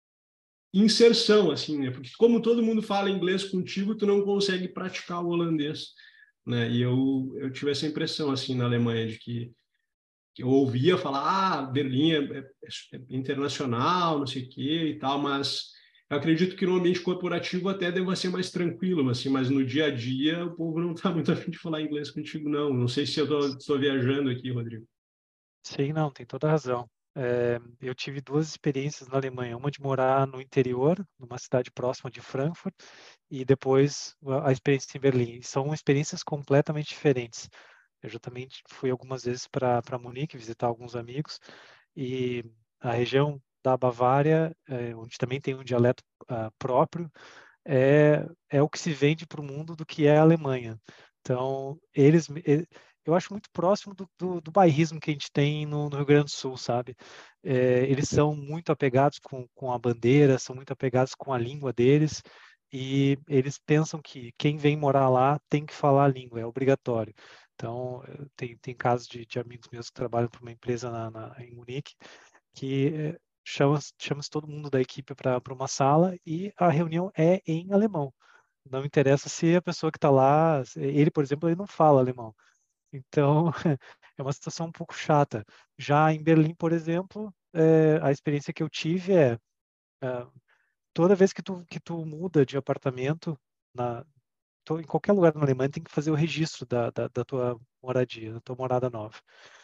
inserção, assim, né? Porque como todo mundo fala inglês contigo, tu não consegue praticar o holandês, né? E eu, eu tive essa impressão, assim, na Alemanha, de que, que eu ouvia falar, ah, Berlim é, é, é internacional, não sei o quê e tal, mas eu acredito que no ambiente corporativo até deva ser mais tranquilo, assim, mas no dia a dia o povo não está muito afim de falar inglês contigo, não. Não sei se eu estou viajando aqui, Rodrigo.
sim, não, tem toda a razão. É, eu tive duas experiências na Alemanha, uma de morar no interior, numa cidade próxima de Frankfurt, e depois a a experiência em Berlim. E são experiências completamente diferentes. Eu já também fui algumas vezes para para Munique visitar alguns amigos, e a região da Bavária, é, onde também tem um dialeto ah, próprio, é, é o que se vende para o mundo do que é a Alemanha. Então, eles, e- eu acho muito próximo do, do, do bairrismo que a gente tem no, no Rio Grande do Sul, sabe? É, eles são muito apegados com, com a bandeira, são muito apegados com a língua deles, e eles pensam que quem vem morar lá tem que falar a língua, é obrigatório. Então, eh, tem, tem casos de, de amigos meus que trabalham para uma empresa na, na, em Munique, que eh, chama, chama todo mundo da equipe para uma sala e a reunião é em alemão. Não interessa se a pessoa que está lá, ele, por exemplo, ele não fala alemão. Então, é uma situação um pouco chata. Já em Berlim, por exemplo, é, a experiência que eu tive é, é toda vez que tu, que tu muda de apartamento, na, to- em qualquer lugar na Alemanha, tem que fazer o registro da, da, da tua moradia, da tua morada nova.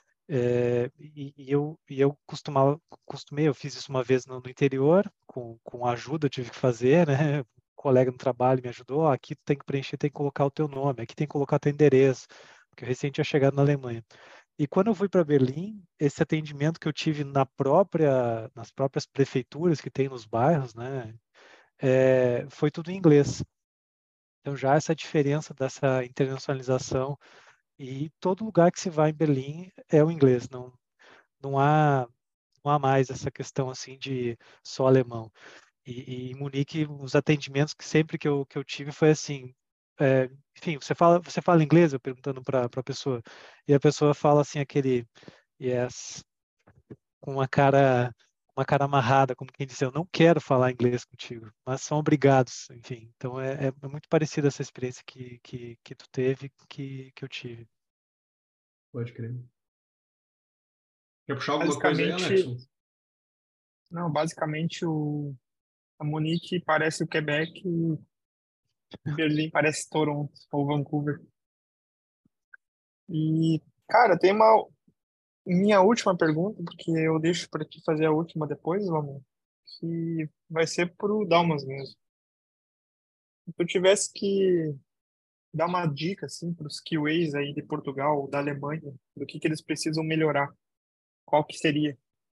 É, e, e eu, e eu costumava, costumei, eu fiz isso uma vez no, no interior, com, com ajuda, eu tive que fazer, né? Um colega no trabalho me ajudou, "Ó, aqui tu tem que preencher, tem que colocar o teu nome, aqui tem que colocar teu endereço, porque eu recente tinha chegado na Alemanha. E quando eu fui para Berlim, esse atendimento que eu tive na própria, nas próprias prefeituras que tem nos bairros, né? É, foi tudo em inglês. Então já essa diferença dessa internacionalização e todo lugar que se vai em Berlim é o inglês, não não há não há mais essa questão assim de só alemão. E, e em Munique, os atendimentos que sempre que eu, que eu tive foi assim, é, enfim, você fala você fala inglês? Eu perguntando para a pessoa e a pessoa fala assim aquele yes com uma cara uma cara amarrada, como quem diz, eu não quero falar inglês contigo, mas são obrigados, enfim. Então é, é muito parecida essa experiência que, que, que tu teve, que, que eu tive.
Pode crer. Quer puxar alguma coisa aí,
Basicamente,
Alexson?
não, basicamente o a Munique parece o Quebec e Berlim parece Toronto ou Vancouver. E, cara, tem uma minha última pergunta, porque eu deixo para te fazer a última depois, Lamont, que vai ser pro Dalmas mesmo. Se tu tivesse que dar uma dica assim para os Kiwis aí de Portugal, da Alemanha, do que que eles precisam melhorar, qual que seria?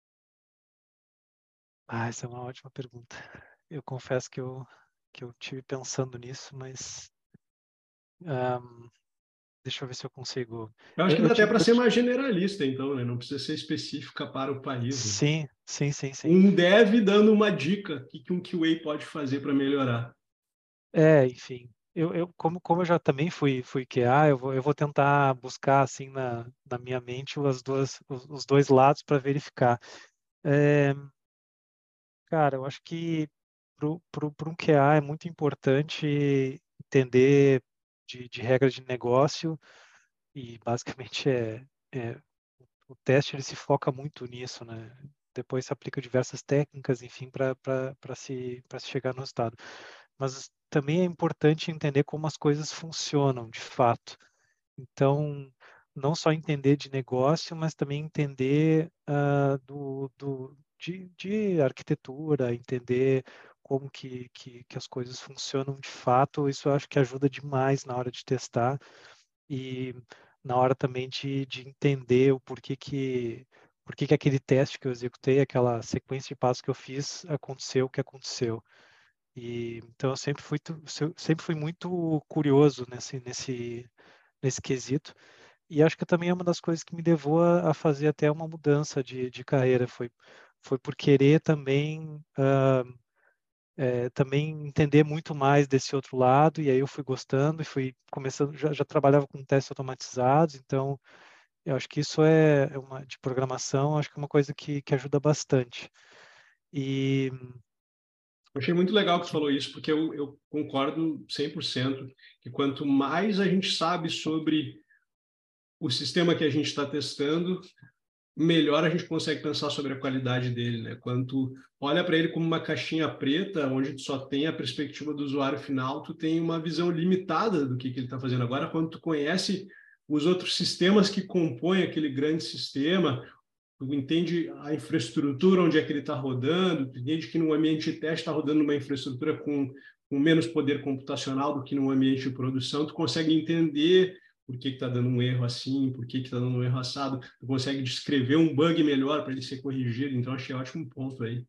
Ah, essa é uma ótima pergunta. Eu confesso que eu, que eu tive pensando nisso, mas ahm, deixa eu ver se eu consigo.
Eu acho
Eu,
que
eu
dá até
tive,
para
eu
ser
ti-
mais generalista, então, né? Não precisa ser específica para o país, né?
sim, sim, sim, sim.
Um dev dando uma dica, o que que um Q A pode fazer para melhorar.
É, enfim. eu, eu como, como eu já também fui, fui Q A, eu vou, eu vou tentar buscar assim na, na minha mente as duas, os, os dois lados para verificar. É, cara, eu acho que para um Q A é muito importante entender de, de regras de negócio e basicamente é, é o teste ele se foca muito nisso, né? Depois se aplica diversas técnicas, enfim, para para se para se chegar no resultado. Mas também é importante entender como as coisas funcionam, de fato. Então, não só entender de negócio, mas também entender uh, do, do, de, de arquitetura, entender como que, que, que as coisas funcionam de fato. Isso eu acho que ajuda demais na hora de testar e na hora também de, de entender o porquê que, porquê que aquele teste que eu executei, aquela sequência de passos que eu fiz, aconteceu o que aconteceu. E então eu sempre fui tu- se- sempre fui muito curioso nesse nesse nesse quesito. E acho que também é uma das coisas que me levou a, a fazer até uma mudança de, de carreira. Foi foi por querer também ah, eh, também entender muito mais desse outro lado. E aí eu fui gostando e fui começando. Já, já trabalhava com testes automatizados, então eu acho que isso é, é uma de programação. Acho que é uma coisa que, que ajuda bastante. E
Eu achei muito legal que você falou isso, porque eu, eu concordo cem por cento que quanto mais a gente sabe sobre o sistema que a gente está testando, melhor a gente consegue pensar sobre a qualidade dele, né? Quando tu olha para ele como uma caixinha preta, onde tu só tem a perspectiva do usuário final, tu tem uma visão limitada do que, que ele está fazendo. Agora, quando tu conhece os outros sistemas que compõem aquele grande sistema, tu entende a infraestrutura onde é que ele está rodando, tu entende que no ambiente de teste está rodando uma infraestrutura com, com menos poder computacional do que no ambiente de produção, tu consegue entender por que está dando um erro assim, por que está dando um erro assado, tu consegue descrever um bug melhor para ele ser corrigido, então achei ótimo ponto aí.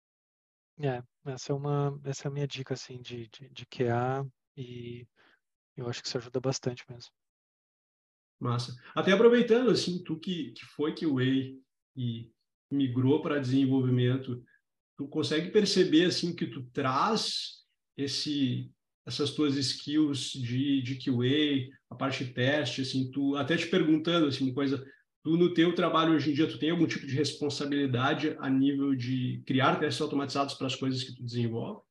é, essa é uma, essa é a minha dica, assim, de, de, de Q A, e eu acho que isso ajuda bastante mesmo.
Massa. Até aproveitando, assim, tu que, que foi Q A e migrou para desenvolvimento, tu consegue perceber, assim, que tu traz esse, essas tuas skills de, de Q A, a parte de teste, assim, tu, até te perguntando, assim, uma coisa, tu no teu trabalho hoje em dia, tu tem algum tipo de responsabilidade a nível de criar testes automatizados para as coisas que tu desenvolve?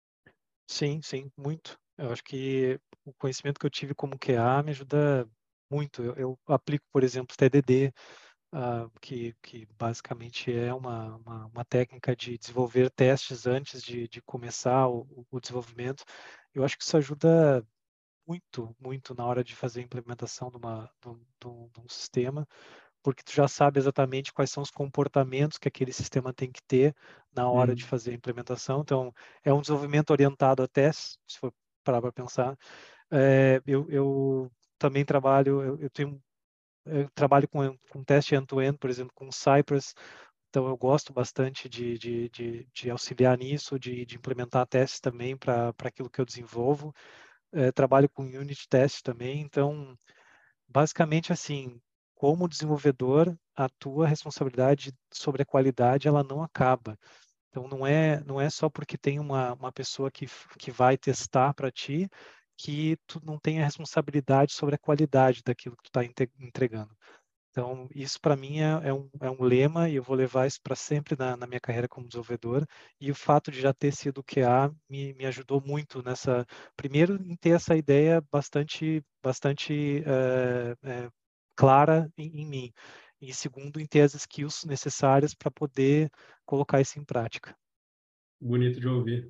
Sim, sim, muito. Eu acho que o conhecimento que eu tive como Q A me ajuda muito. Eu, eu aplico, por exemplo, T D D, ah, que, que basicamente é uma, uma, uma técnica de desenvolver testes antes de, de começar o, o desenvolvimento. Eu acho que isso ajuda muito, muito na hora de fazer a implementação de, uma, de, um, de um de um sistema, porque tu já sabe exatamente quais são os comportamentos que aquele sistema tem que ter na hora de
Hum.
fazer a implementação. Então, é um desenvolvimento orientado a testes, se for parar para pensar. É, eu, eu também trabalho, eu, eu tenho eu trabalho com, com teste end-to-end, por exemplo, com Cypress, então eu gosto bastante de, de, de, de auxiliar nisso, de, de implementar testes também para aquilo que eu desenvolvo. É, trabalho com unit test também, então basicamente assim, como desenvolvedor, a tua responsabilidade sobre a qualidade ela não acaba. Então não é não é só porque tem uma, uma pessoa que, que vai testar para ti que tu não tem a responsabilidade sobre a qualidade daquilo que tu está entregando. Então, isso para mim é, é, um, é um lema e eu vou levar isso para sempre na, na minha carreira como desenvolvedor. E o fato de já ter sido Q A me, me ajudou muito nessa. Primeiro, em ter essa ideia bastante, bastante é, é, clara em, em mim. E segundo, em ter as skills necessárias para poder colocar isso em prática.
Bonito de ouvir.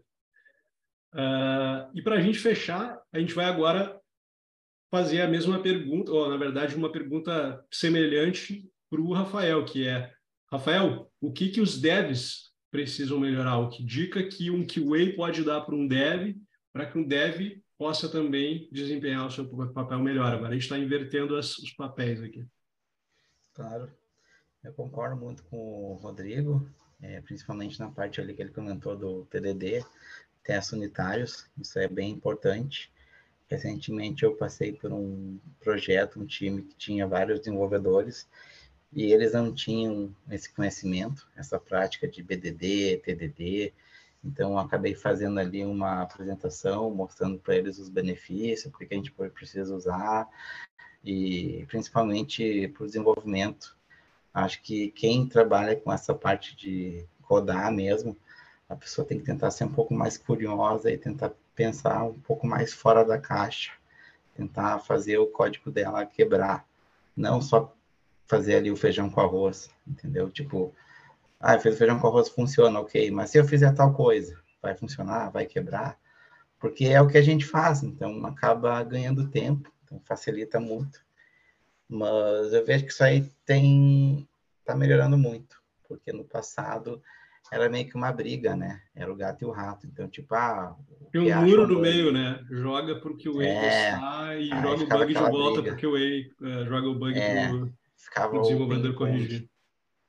Uh, e para a gente fechar, a gente vai agora fazer a mesma pergunta, ou na verdade uma pergunta semelhante para o Rafael, que é, Rafael, o que que os devs precisam melhorar? O que dica que um Q A pode dar para um dev, para que um dev possa também desempenhar o seu papel melhor? Agora a gente está invertendo as, os papéis aqui.
Claro, eu concordo muito com o Rodrigo, é, principalmente na parte ali que ele comentou do T D D, testes unitários, isso é bem importante. Recentemente eu passei por um projeto, um time que tinha vários desenvolvedores e eles não tinham esse conhecimento, essa prática de B D D, T D D, Então, eu acabei fazendo ali uma apresentação, mostrando para eles os benefícios, porque a gente precisa usar, e principalmente para o desenvolvimento. Acho que quem trabalha com essa parte de codar mesmo, a pessoa tem que tentar ser um pouco mais curiosa e tentar pensar um pouco mais fora da caixa, tentar fazer o código dela quebrar, não só fazer ali o feijão com arroz, entendeu? Tipo, ah, eu fiz o feijão com arroz, funciona, ok, mas se eu fizer tal coisa, vai funcionar, vai quebrar? Porque é o que a gente faz, então acaba ganhando tempo, então facilita muito. Mas eu vejo que isso aí tem tá melhorando muito, porque no passado era meio que uma briga, né? Era o gato e o rato. Então, tipo, ah, o
Tem
que
um
acha
muro
um
no meio,
bug?
né? Joga para o Q A
É,
testar e
aí
joga o
ficava
bug de
aquela
volta para o
briga,
Q A, uh, joga o bug para
é,
o
ficava o
desenvolvedor
ping-pong.
corrigir.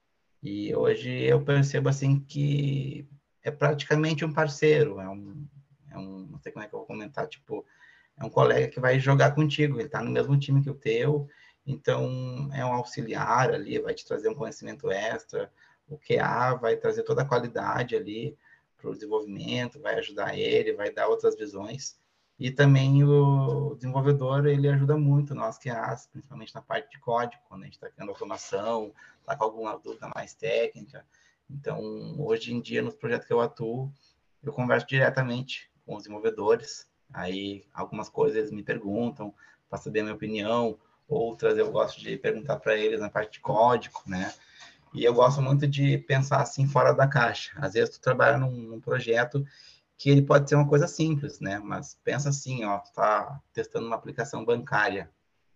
E hoje eu percebo assim que é praticamente um parceiro, é um, é um, não sei como é que eu vou comentar, tipo, é um colega que vai jogar contigo, ele está no mesmo time que o teu, então é um auxiliar ali, vai te trazer um conhecimento extra, o Q A vai trazer toda a qualidade ali para o desenvolvimento, vai ajudar ele, vai dar outras visões, e também o desenvolvedor, ele ajuda muito nós Q As, principalmente na parte de código, quando a gente está criando automação, está com alguma dúvida mais técnica. Então, hoje em dia, nos projetos que eu atuo, eu converso diretamente com os desenvolvedores, aí algumas coisas eles me perguntam para saber a minha opinião, outras eu gosto de perguntar para eles na parte de código, né? E eu gosto muito de pensar assim fora da caixa. Às vezes tu trabalha num, num projeto que ele pode ser uma coisa simples, né? Mas pensa assim, ó, tu tá testando uma aplicação bancária.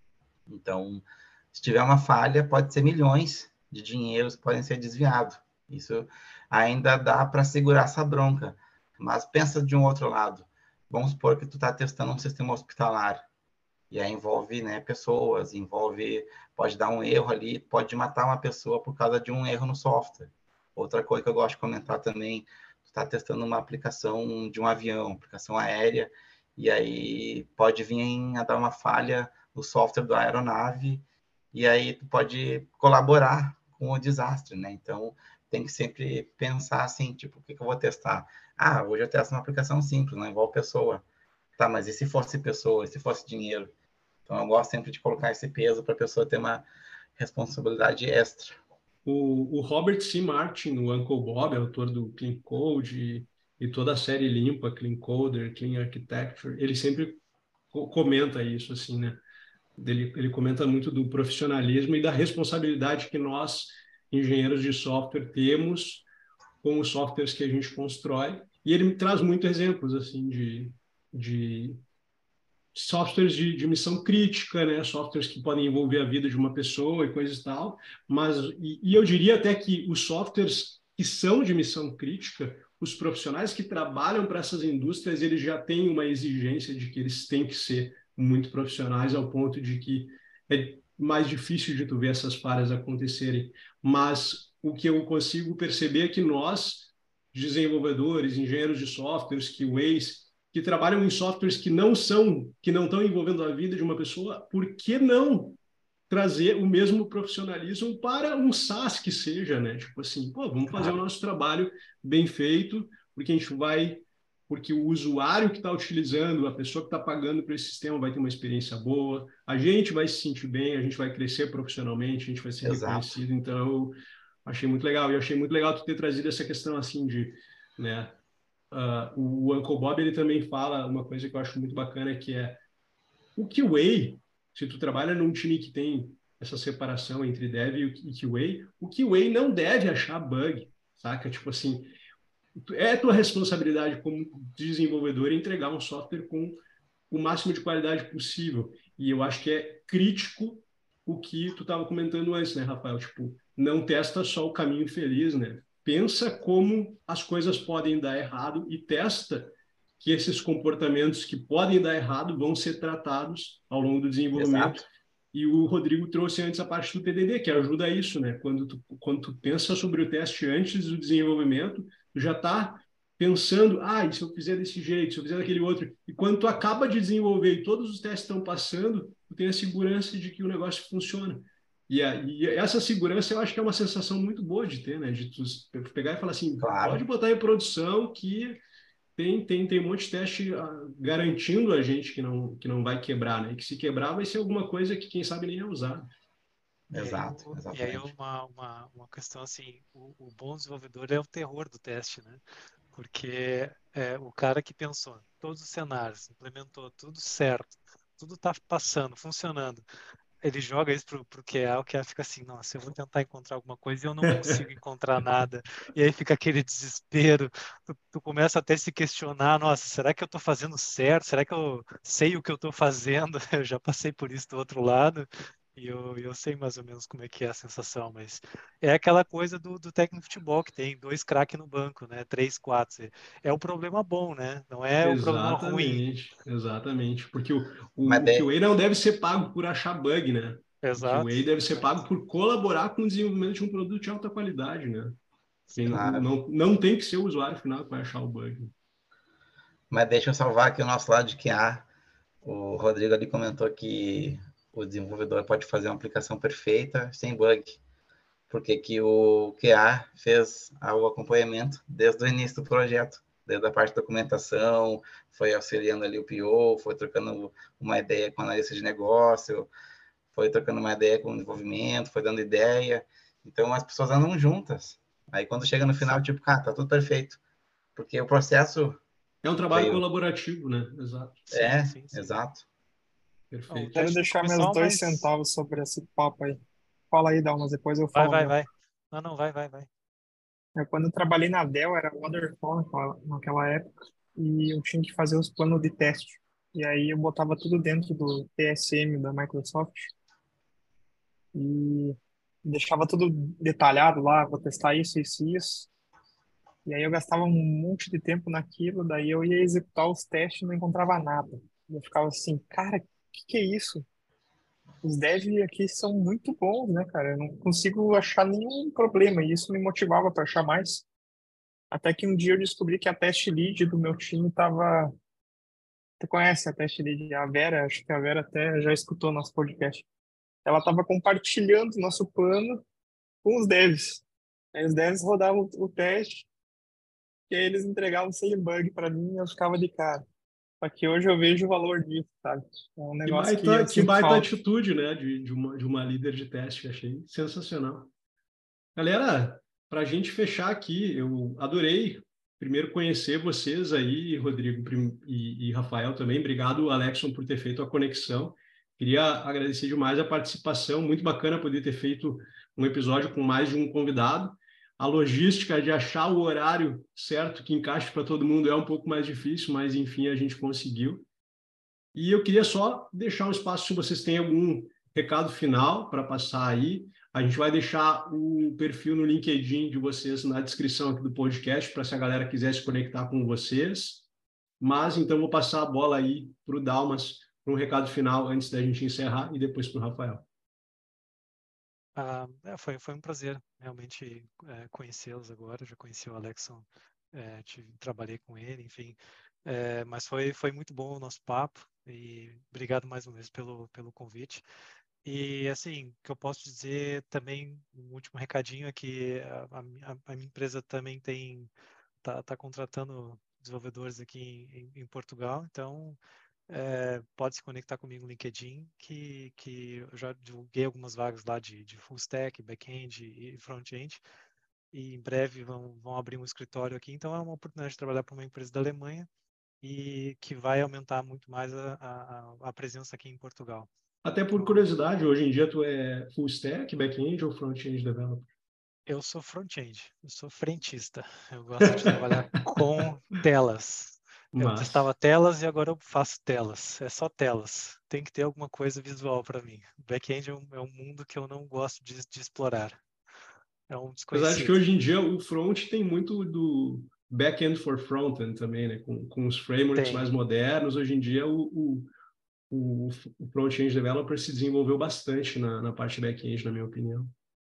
Então, se tiver uma falha, pode ser milhões de dinheiros que podem ser desviados. Isso ainda dá para segurar essa bronca. Mas pensa de um outro lado. Vamos supor que tu está testando um sistema hospitalar. E aí envolve, né, pessoas, envolve, pode dar um erro ali, pode matar uma pessoa por causa de um erro no software. Outra coisa que eu gosto de comentar também, tu está testando uma aplicação de um avião, aplicação aérea, e aí pode vir a dar uma falha no software da aeronave, e aí tu pode colaborar com o desastre, né? Então, tem que sempre pensar assim, tipo, o que, que eu vou testar? Ah, hoje eu testo uma aplicação simples, não envolve pessoa. Tá, mas e se fosse pessoa, e se fosse dinheiro? Então, eu gosto sempre de colocar esse peso para a pessoa ter uma responsabilidade extra.
O, o Robert C. Martin, o Uncle Bob, autor do Clean Code e, e toda a série limpa, Clean Coder, Clean Architecture, ele sempre co comenta isso, assim, né? Ele, ele comenta muito do profissionalismo e da responsabilidade que nós, engenheiros de software, temos com os softwares que a gente constrói. E ele me traz muitos exemplos, assim, de, de softwares de, de missão crítica, né? Softwares que podem envolver a vida de uma pessoa e coisas e tal, mas e, e eu diria até que os softwares que são de missão crítica, os profissionais que trabalham para essas indústrias, eles já têm uma exigência de que eles têm que ser muito profissionais ao ponto de que é mais difícil de tu ver essas falhas acontecerem. Mas o que eu consigo perceber é que nós, desenvolvedores, engenheiros de softwares, Q As, que trabalham em softwares que não são, que não estão envolvendo a vida de uma pessoa, por que não trazer o mesmo profissionalismo para um SaaS que seja, né? Tipo assim, pô, vamos fazer o nosso trabalho bem feito, porque a gente vai, porque o usuário que está utilizando, a pessoa que está pagando para esse sistema vai ter uma experiência boa, a gente vai se sentir bem, a gente vai crescer profissionalmente, a gente vai ser
Exato.
reconhecido. Então, eu achei muito legal. E eu achei muito legal tu ter trazido essa questão assim de, né? Uh, o Uncle Bob ele também fala uma coisa que eu acho muito bacana, que é o Q A, se tu trabalha num time que tem essa separação entre dev e Q A, o Q A não deve achar bug, saca? Tipo assim, é tua responsabilidade como desenvolvedor entregar um software com o máximo de qualidade possível. E eu acho que é crítico o que tu estava comentando antes, né, Rafael? Tipo, não testa só o caminho feliz, né? Pensa como as coisas podem dar errado e testa que esses comportamentos que podem dar errado vão ser tratados ao longo do desenvolvimento.
Exato.
E o Rodrigo trouxe antes a parte do T D D, que ajuda isso, né? Quando tu, quando tu pensa sobre o teste antes do desenvolvimento, tu já está pensando, ah, e se eu fizer desse jeito, se eu fizer daquele outro. E quando tu acaba de desenvolver e todos os testes estão passando, tu tem a segurança de que o negócio funciona. E, a, e essa segurança eu acho que é uma sensação muito boa de ter, né? De tu pegar e falar assim,
Claro.
pode botar em produção que tem, tem, tem um monte de teste ah, garantindo a gente que não, que não vai quebrar, né? E que se quebrar vai ser alguma coisa que quem sabe nem é usar.
E aí,
Exato,
o, e aí
exatamente.
uma, uma, uma questão assim, o, o bom desenvolvedor é o terror do teste, né? Porque é, o cara que pensou em todos os cenários, implementou tudo certo, tudo tá passando, funcionando. Ele joga isso pro, pro Q A, o Q A fica assim, nossa, eu vou tentar encontrar alguma coisa e eu não consigo encontrar nada. E aí fica aquele desespero, tu, tu começa até a se questionar, nossa, será que eu tô fazendo certo? Será que eu sei o que eu tô fazendo? Eu já passei por isso do outro lado. E eu, eu sei mais ou menos como é que é a sensação, mas é aquela coisa do, do técnico de futebol que tem dois craques no banco, né? Três, quatro. É o problema bom, né? Não é o problema ruim.
Exatamente, exatamente. Porque o,
Mas
o, o
de,
Q A não deve ser pago por achar bug, né? O
Exato,
Q A deve ser
exato.
pago por colaborar com o desenvolvimento de um produto de alta qualidade, né? Quem não,
claro.
não, não tem que ser o usuário final que vai achar o bug.
Mas deixa eu salvar aqui o nosso lado de Q A. O Rodrigo ali comentou que o desenvolvedor pode fazer uma aplicação perfeita sem bug, porque que o Q A fez o acompanhamento desde o início do projeto, desde a parte de documentação, foi auxiliando ali o P O, foi trocando uma ideia com o analista de negócio, foi trocando uma ideia com o desenvolvimento, foi dando ideia. Então, as pessoas andam juntas. Aí, quando chega no final, tipo, cara, tá tudo perfeito. Porque o processo
É um trabalho
veio...
colaborativo, né? Exato.
Sim,
É,
sim, sim.
exato.
Ah, o
Perfeito.
Quero
teste no
deixar
começo
meus
é
dois
mais.
centavos sobre esse papo aí. Fala aí, Dalmas, depois eu
Vai,
falo o
vai,
meu.
vai. Não, não, vai, vai, vai.
Eu, quando eu trabalhei na Dell, era waterfall naquela, naquela época, e eu tinha que fazer os planos de teste. E aí eu botava tudo dentro do T S M da Microsoft e deixava tudo detalhado lá, vou testar isso, isso e isso. E aí eu gastava um monte de tempo naquilo, daí eu ia executar os testes e não encontrava nada. E eu ficava assim, cara, o que que é isso? Os devs aqui são muito bons, né, cara? Eu não consigo achar nenhum problema, e isso me motivava para achar mais. Até que um dia eu descobri que a test lead do meu time tava. Tu conhece a test lead? A Vera, acho que a Vera até já escutou nosso podcast. Ela tava compartilhando nosso plano com os devs. Aí os devs rodavam o teste e aí eles entregavam sem bug para mim e eu ficava de cara. Só que hoje eu vejo o valor disso, sabe? É um
Que
negócio que
baita,
eu
que
sinto
baita
falta.
atitude, né? De, de, uma, de uma líder de teste. Achei sensacional. Galera, para a gente fechar aqui, eu adorei primeiro conhecer vocês aí, Rodrigo prim- e, e Rafael também. Obrigado, Alexson, por ter feito a conexão. Queria agradecer demais a participação. Muito bacana poder ter feito um episódio com mais de um convidado. A logística de achar o horário certo que encaixe para todo mundo é um pouco mais difícil, mas enfim, a gente conseguiu. E eu queria só deixar um espaço se vocês têm algum recado final para passar aí. A gente vai deixar o perfil no LinkedIn de vocês na descrição aqui do podcast, para se a galera quiser se conectar com vocês. Mas então vou passar a bola aí para o Dalmas, para um recado final antes da gente encerrar e depois para o Rafael.
Ah, é, foi, foi um prazer realmente é, conhecê-los agora. Já conheci o Alexson, é, tive, trabalhei com ele, enfim. É, mas foi, foi muito bom o nosso papo e obrigado mais uma vez pelo, pelo convite. E assim, o que eu posso dizer também, um último recadinho é que a, a, a minha empresa também tem tá, tá contratando desenvolvedores aqui em, em Portugal, então é, pode se conectar comigo no LinkedIn, que, que eu já divulguei algumas vagas lá de, de full stack, back-end e front-end, e em breve vão, vão abrir um escritório aqui, então é uma oportunidade de trabalhar para uma empresa da Alemanha e que vai aumentar muito mais a, a, a presença aqui em Portugal.
Até por
Então,
curiosidade, hoje em dia tu é full stack, back-end ou front-end developer?
eu sou front-end, eu sou frentista. Eu gosto de trabalhar com telas. Eu testava
Mas,
telas e agora eu faço telas. É só telas. Tem que ter alguma coisa visual para mim. Back-end é um, é um mundo que eu não gosto de, de explorar. É um
apesar de que
desconhecido.
hoje em dia o front tem muito do back-end for front-end também, né? Com, com os frameworks
Tem.
mais modernos, hoje em dia o, o o, o front-end developer se desenvolveu bastante na, na parte back-end, na minha opinião.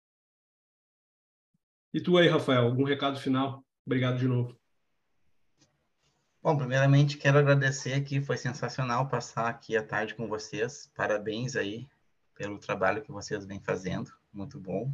E tu aí, Rafael, algum recado final? Obrigado de novo.
Bom, primeiramente quero agradecer aqui, foi sensacional passar aqui a tarde com vocês. Parabéns aí pelo trabalho que vocês vêm fazendo, muito bom.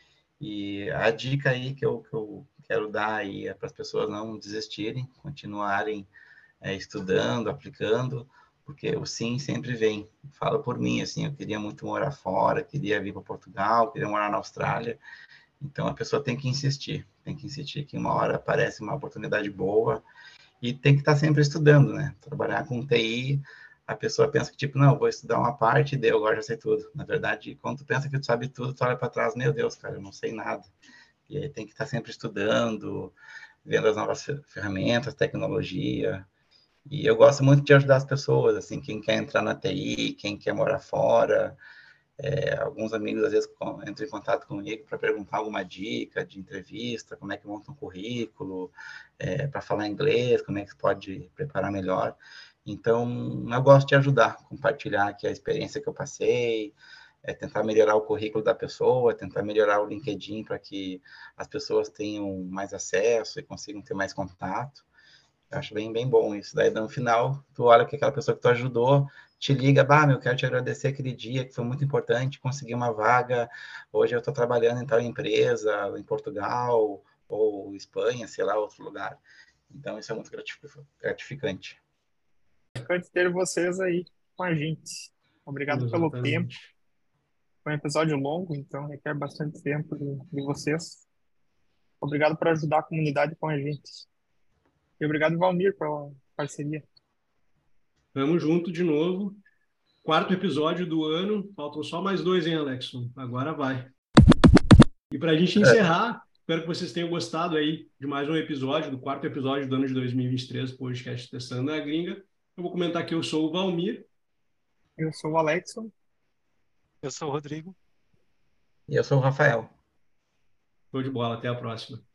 E a dica aí que eu, que eu quero dar aí é para as pessoas não desistirem, continuarem é, estudando, aplicando, porque o sim sempre vem. Falo por mim, assim, eu queria muito morar fora, queria vir para Portugal, queria morar na Austrália. Então a pessoa tem que insistir, tem que insistir que uma hora aparece uma oportunidade boa e tem que estar sempre estudando, né? Trabalhar com T I, a pessoa pensa que, tipo, não, vou estudar uma parte e daí eu agora já sei tudo. Na verdade, quando tu pensa que tu sabe tudo, tu olha para trás, meu Deus, cara, eu não sei nada. E aí tem que estar sempre estudando, vendo as novas ferramentas, tecnologia. E eu gosto muito de ajudar as pessoas, assim, quem quer entrar na T I, quem quer morar fora. É, alguns amigos, às vezes, entram em contato comigo para perguntar alguma dica de entrevista, como é que monta um currículo, é, para falar inglês, como é que pode preparar melhor. Então, eu gosto de ajudar, compartilhar aqui a experiência que eu passei, é, tentar melhorar o currículo da pessoa, tentar melhorar o LinkedIn para que as pessoas tenham mais acesso e consigam ter mais contato. Eu acho bem, bem bom isso. Daí, no final, tu olha que aquela pessoa que tu ajudou te liga, bah, meu, quero te agradecer aquele dia que foi muito importante, consegui uma vaga, hoje eu estou trabalhando em tal empresa, em Portugal, ou Espanha, sei lá, outro lugar. Então, isso é muito gratificante.
Gratificante ter vocês aí com a gente. Obrigado pelo tempo.
Exatamente.
Foi um episódio longo, então requer bastante tempo de, de vocês. Obrigado por ajudar a comunidade com a gente. E obrigado, Valmir, pela parceria.
Tamo junto de novo. Quarto episódio do ano. Faltam só mais dois, hein, Alexson? Agora vai. E para a gente encerrar, espero que vocês tenham gostado aí de mais um episódio, do quarto episódio do ano de dois mil e vinte e três, do podcast Testando a Gringa. Eu vou comentar que eu sou o Valmir.
Eu sou o Alexson.
Eu sou o Rodrigo.
E eu sou o Rafael.
Show de bola. Até a próxima.